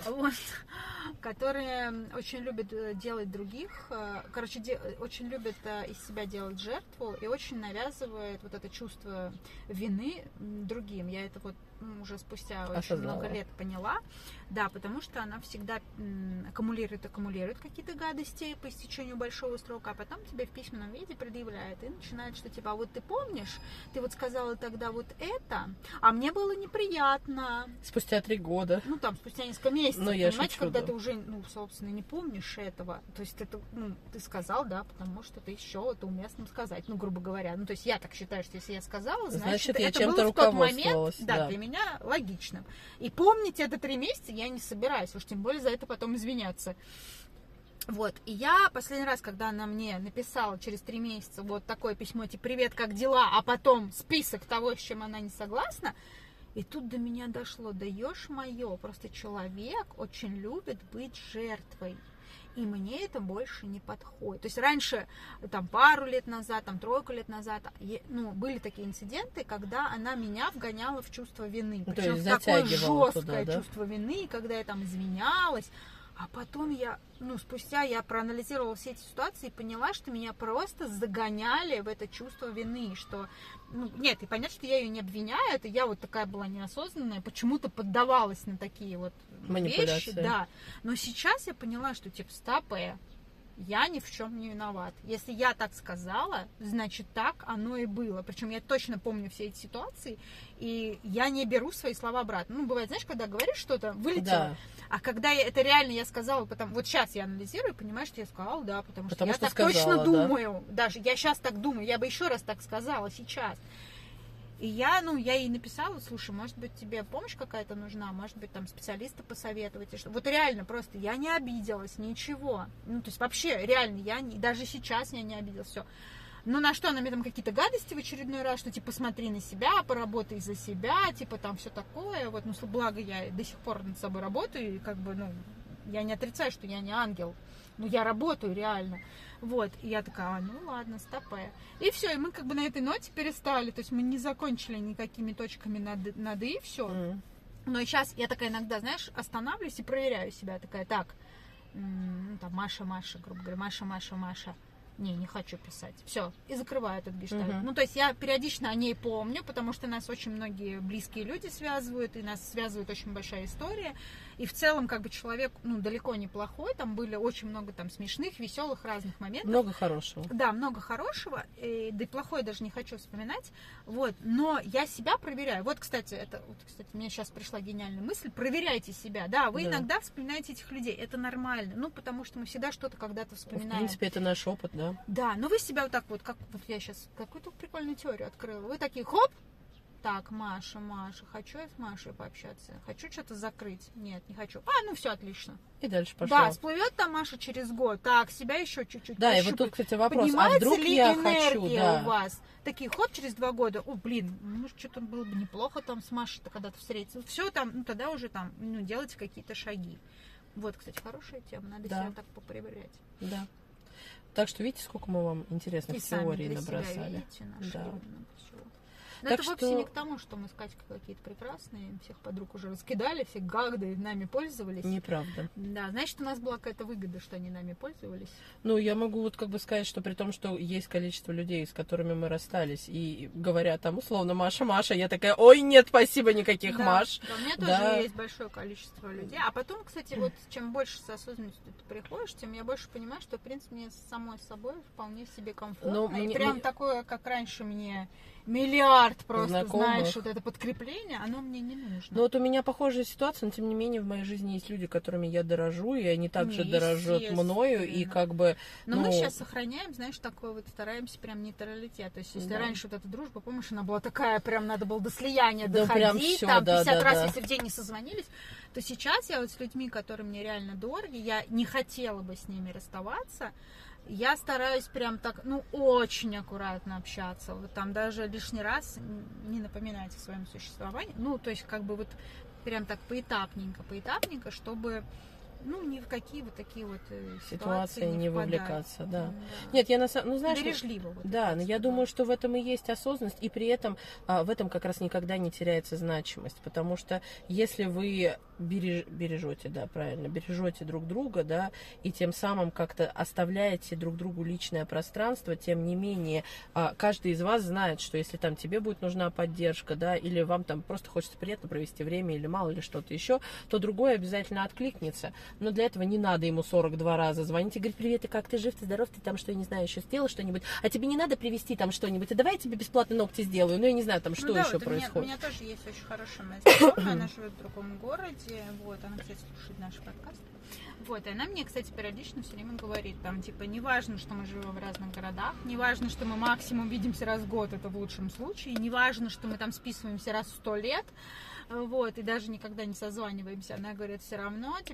которая очень любит делать других, очень любит из себя делать жертву и очень навязывает вот это чувство вины другим. Я это вот уже спустя очень много лет поняла. Да, потому что она всегда аккумулирует какие-то гадости по истечению большого срока, а потом тебе в письменном виде предъявляет и начинает, что типа, а вот ты помнишь, ты вот сказала тогда вот это, а мне было неприятно. Спустя 3 года. Спустя несколько месяцев. Понимаете, когда да. ты уже, собственно, не помнишь этого. То есть это, ты сказал, да, потому что ты счел это уместным сказать, грубо говоря. То есть я так считаю, что если я сказала, значит я это чем-то было в тот момент, да, для меня логичным. И помнить это 3 месяца я не собираюсь, уж тем более за это потом извиняться. Вот, и я последний раз, когда она мне написала через 3 месяца вот такое письмо, типа, привет, как дела, а потом список того, с чем она не согласна, и тут до меня дошло, да ё-моё, просто человек очень любит быть жертвой. И мне это больше не подходит. То есть раньше, там, пару лет назад, там, 3 лет назад, ну, были такие инциденты, когда она меня вгоняла в чувство вины. Ну, Причем такое жесткое чувство вины, когда я там извинялась. А потом спустя я проанализировала все эти ситуации и поняла, что меня просто загоняли в это чувство вины, что, нет, и понятно, что я ее не обвиняю, это я вот такая была неосознанная, почему-то поддавалась на такие вот вещи, да. Но сейчас я поняла, что, типа, я ни в чем не виноват. Если я так сказала, значит, так оно и было. Причем я точно помню все эти ситуации, и я не беру свои слова обратно. Ну, бывает, знаешь, когда говоришь что-то, вылетело, да. А когда это реально я сказала, вот сейчас я анализирую, понимаю, что я сказала, да, потому что я так сказала, точно думаю. Даже я сейчас так думаю, я бы еще раз так сказала сейчас. И я ей написала, слушай, может быть, тебе помощь какая-то нужна, может быть, там специалиста посоветовать. Вот реально просто я не обиделась, ничего. То есть вообще, реально, даже сейчас я не обиделась, все. Но на что она мне там какие-то гадости в очередной раз, что типа посмотри на себя, поработай за себя, типа там все такое. Вот, благо я до сих пор над собой работаю, и как бы, я не отрицаю, что я не ангел, но я работаю реально. Вот, и я такая, ладно, стопэ. И все, и мы как бы на этой ноте перестали, то есть мы не закончили никакими точками над и все. Но сейчас я такая иногда, знаешь, останавливаюсь и проверяю себя, такая, так, там Маша, грубо говоря, Маша. Не хочу писать. Все, и закрываю этот гештальт. То есть я периодично о ней помню, потому что нас очень многие близкие люди связывают, и нас связывает очень большая история. И в целом, как бы, человек, далеко не плохой, там были очень много там смешных, веселых, разных моментов. Много хорошего. Да, много хорошего, да и плохое даже не хочу вспоминать. Вот, но я себя проверяю. Вот, кстати, мне сейчас пришла гениальная мысль. Проверяйте себя. Да, вы иногда вспоминаете этих людей. Это нормально. Потому что мы всегда что-то когда-то вспоминаем. В принципе, это наш опыт, да. Да, но вы себя вот так вот, как вот я сейчас какую-то прикольную теорию открыла. Вы такие, хоп, так, Маша, хочу я с Машей пообщаться. Хочу что-то закрыть. Нет, не хочу. Все, отлично. И дальше пошла. Да, всплывет там Маша через год. Так, себя еще чуть-чуть. Да, и вот тут, кстати, вопрос, а вдруг я хочу, да. у вас? Такие, хоп, через 2 года. Может, что-то было бы неплохо там с Машей-то когда-то встретиться. Все там, тогда уже там, делайте какие-то шаги. Вот, кстати, хорошая тема. Надо себя так поприверять. Да. Так что видите, сколько мы вам интересных теорий набросали. Но это вовсе не к тому, что мы с Катькой какие-то прекрасные, всех подруг уже раскидали, все гады нами пользовались. Неправда. Да, значит, у нас была какая-то выгода, что они нами пользовались. Я могу сказать, что при том, что есть количество людей, с которыми мы расстались, и говорят там условно Маша, я такая, ой, нет, спасибо, никаких Маш. Да, у меня тоже есть большое количество людей. А потом, кстати, вот чем больше с осознанностью ты приходишь, тем я больше понимаю, что, в принципе, мне самой собой вполне себе комфортно. И прям такое, как раньше мне миллиард просто, знакомых. Знаешь, вот это подкрепление, оно мне не нужно. Вот у меня похожая ситуация, но тем не менее в моей жизни есть люди, которыми я дорожу, и они также дорожат мною, и как бы... Но мы сейчас сохраняем, знаешь, такой вот, стараемся прям нейтралитет. То есть, если раньше вот эта дружба, помнишь, она была такая, прям надо было до слияния доходить, всё, там 50 раз, если в день не созвонились, то сейчас я вот с людьми, которые мне реально дороги, я не хотела бы с ними расставаться. Я стараюсь прям так, очень аккуратно общаться. Вот там даже лишний раз не напоминать о своем существовании. То есть, как бы вот прям так поэтапненько, чтобы, ни в какие вот такие вот ситуации не вовлекаться, да. Да. Нет, я знаешь... Бережливо. Да, но я думаю, что в этом и есть осознанность, и при этом в этом как раз никогда не теряется значимость, потому что если вы бережете, да, правильно, бережете друг друга, да, и тем самым как-то оставляете друг другу личное пространство, тем не менее, каждый из вас знает, что если там тебе будет нужна поддержка, да, или вам там просто хочется приятно провести время, или мало, или что-то еще, то другой обязательно откликнется. Но для этого не надо ему 42 раза звонить и говорить, привет, и как ты жив, ты здоров, ты там что, я не знаю, еще сделал что-нибудь, а тебе не надо привезти там что-нибудь, а давай я тебе бесплатно ногти сделаю, я не знаю, там что еще происходит. У меня тоже есть очень хорошая моя знакомая, она живет в другом городе, вот, она, кстати, слушает наш подкаст. Вот, и она мне, кстати, периодично все время говорит, там, типа, не важно, что мы живем в разных городах, не важно, что мы максимум видимся раз в год, это в лучшем случае, не важно, что мы там списываемся раз в 100 лет, вот, и даже никогда не созваниваемся. Она говорит, все равно, типа, я знаю,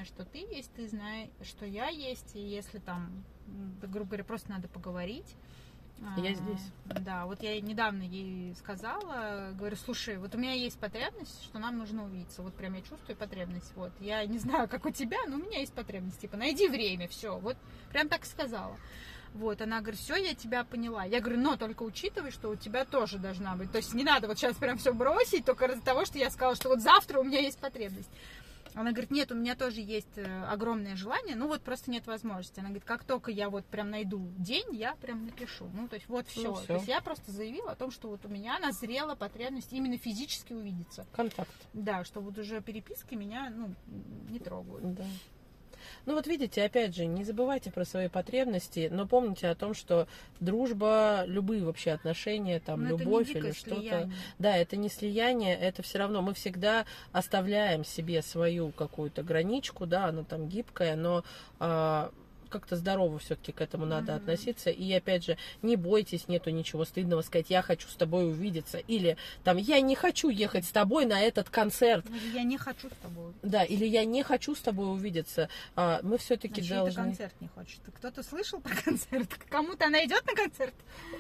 знаешь, что ты есть, ты знаешь, что я есть, и если там, грубо говоря, просто надо поговорить. Я здесь. Да, вот я недавно ей сказала, говорю, слушай, вот у меня есть потребность, что нам нужно увидеться, вот прям я чувствую потребность, вот, я не знаю, как у тебя, но у меня есть потребность, типа, найди время, все, вот, прям так сказала. Вот, она говорит, все, я тебя поняла. Я говорю, но только учитывай, что у тебя тоже должна быть. То есть не надо вот сейчас прям все бросить, только из-за того, что я сказала, что вот завтра у меня есть потребность. Она говорит, нет, у меня тоже есть огромное желание, ну вот просто нет возможности. Она говорит, как только я вот прям найду день, я прям напишу. Ну, то есть вот все. Ну, всё. То есть я просто заявила о том, что вот у меня назрела потребность именно физически увидеться. Контакт. Да, что вот уже переписки меня, ну, не трогают. Да. Ну вот видите, опять же, не забывайте про свои потребности, но помните о том, что дружба, любые вообще отношения, там, Но любовь это не или дикое что-то. слияние. Да, это не слияние, это все равно мы всегда оставляем себе свою какую-то граничку, да, она там гибкая, но как-то здорово все-таки к этому надо относиться. И опять же, не бойтесь, нету ничего стыдного сказать, я хочу с тобой увидеться. Или там, я не хочу ехать с тобой на этот концерт. Я не хочу с тобой. Да, или я не хочу с тобой увидеться. Мы все-таки должны... Ты концерт не хочешь. Кто-то слышал про концерт? Кому-то она идет на концерт?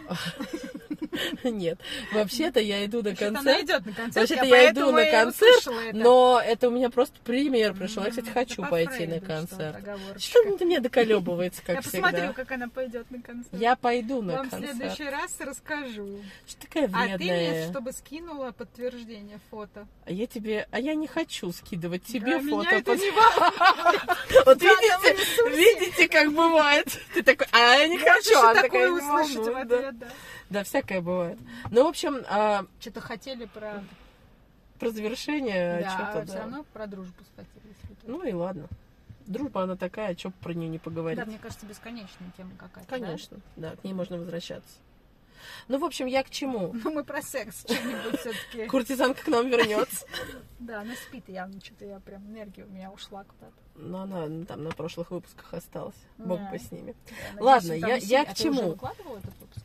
Нет, вообще-то я иду на концерт. Она идет на концерт. Вообще-то я иду на концерт, но это у меня просто пример пришел. Я, кстати, хочу пойти на концерт. Что ты мне доколебывается, как я всегда? Я посмотрю, как она пойдет на концерт. Я пойду на концерт. концерт. Вам в следующий раз расскажу. Что такая вредная? А ты мне, чтобы скинула подтверждение фото. А я не хочу скидывать тебе фото. Меня это не волнует. Вот видите, как бывает. Ты такой, а я не хочу. Она такое услышать в ответ, да. Да, всякое бывает. Ну, в общем... Что-то хотели про завершение. Да, все равно про дружбу схватились. Ну и ладно. Дружба, она такая, что про нее не поговорить. Да, мне кажется, бесконечная тема какая-то. Конечно, да, к ней можно возвращаться. Ну, в общем, я к чему? Ну, мы про секс что-нибудь все-таки. Куртизанка к нам вернется. Да, она спит явно, что-то я прям, энергия у меня ушла куда-то. Ну, она там на прошлых выпусках осталась. Бог бы с ними. Да, ладно, я к чему? Ты уже выкладывала этот выпуск?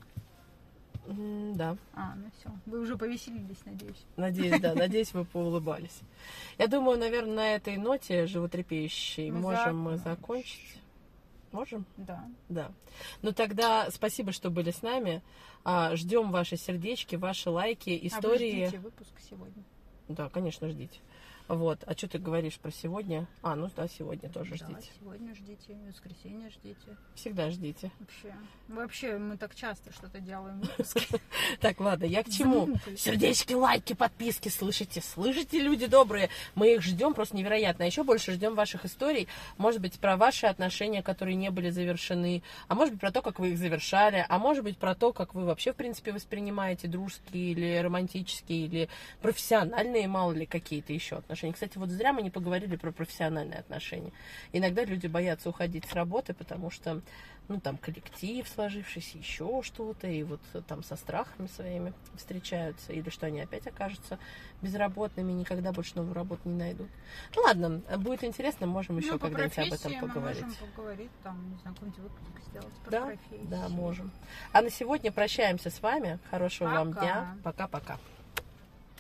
Да. Ну все. Вы уже повеселились, надеюсь. Надеюсь, да. Надеюсь, вы поулыбались. Я думаю, наверное, на этой ноте животрепещущей можем мы закончить. Можем? Да. Да. Ну тогда спасибо, что были с нами. Ждем ваши сердечки, ваши лайки, истории. Вы ждите выпуск сегодня. Да, конечно, ждите. Вот. А что ты говоришь про сегодня? Ну да, сегодня тоже ждите. Да, сегодня ждите, воскресенье ждите. Всегда ждите. Вообще, мы так часто что-то делаем в выпуске. Так, ладно, я к чему? Сердечки, лайки, подписки, слышите, люди добрые. Мы их ждем просто невероятно. А еще больше ждем ваших историй. Может быть, про ваши отношения, которые не были завершены. А может быть, про то, как вы их завершали. А может быть, про то, как вы вообще, в принципе, воспринимаете дружеские или романтические, или профессиональные, мало ли, какие-то еще отношения. Кстати, вот зря мы не поговорили про профессиональные отношения. Иногда люди боятся уходить с работы, потому что, там коллектив сложившийся, еще что-то, и вот там со страхами своими встречаются, или что они опять окажутся безработными, никогда больше новую работу не найдут. Ну ладно, будет интересно, можем еще когда-нибудь об этом поговорить. Мы можем поговорить, не знаю, какой-нибудь выпуск сделать про профессию. Да, можем. А на сегодня прощаемся с вами. Хорошего вам дня. Пока-пока.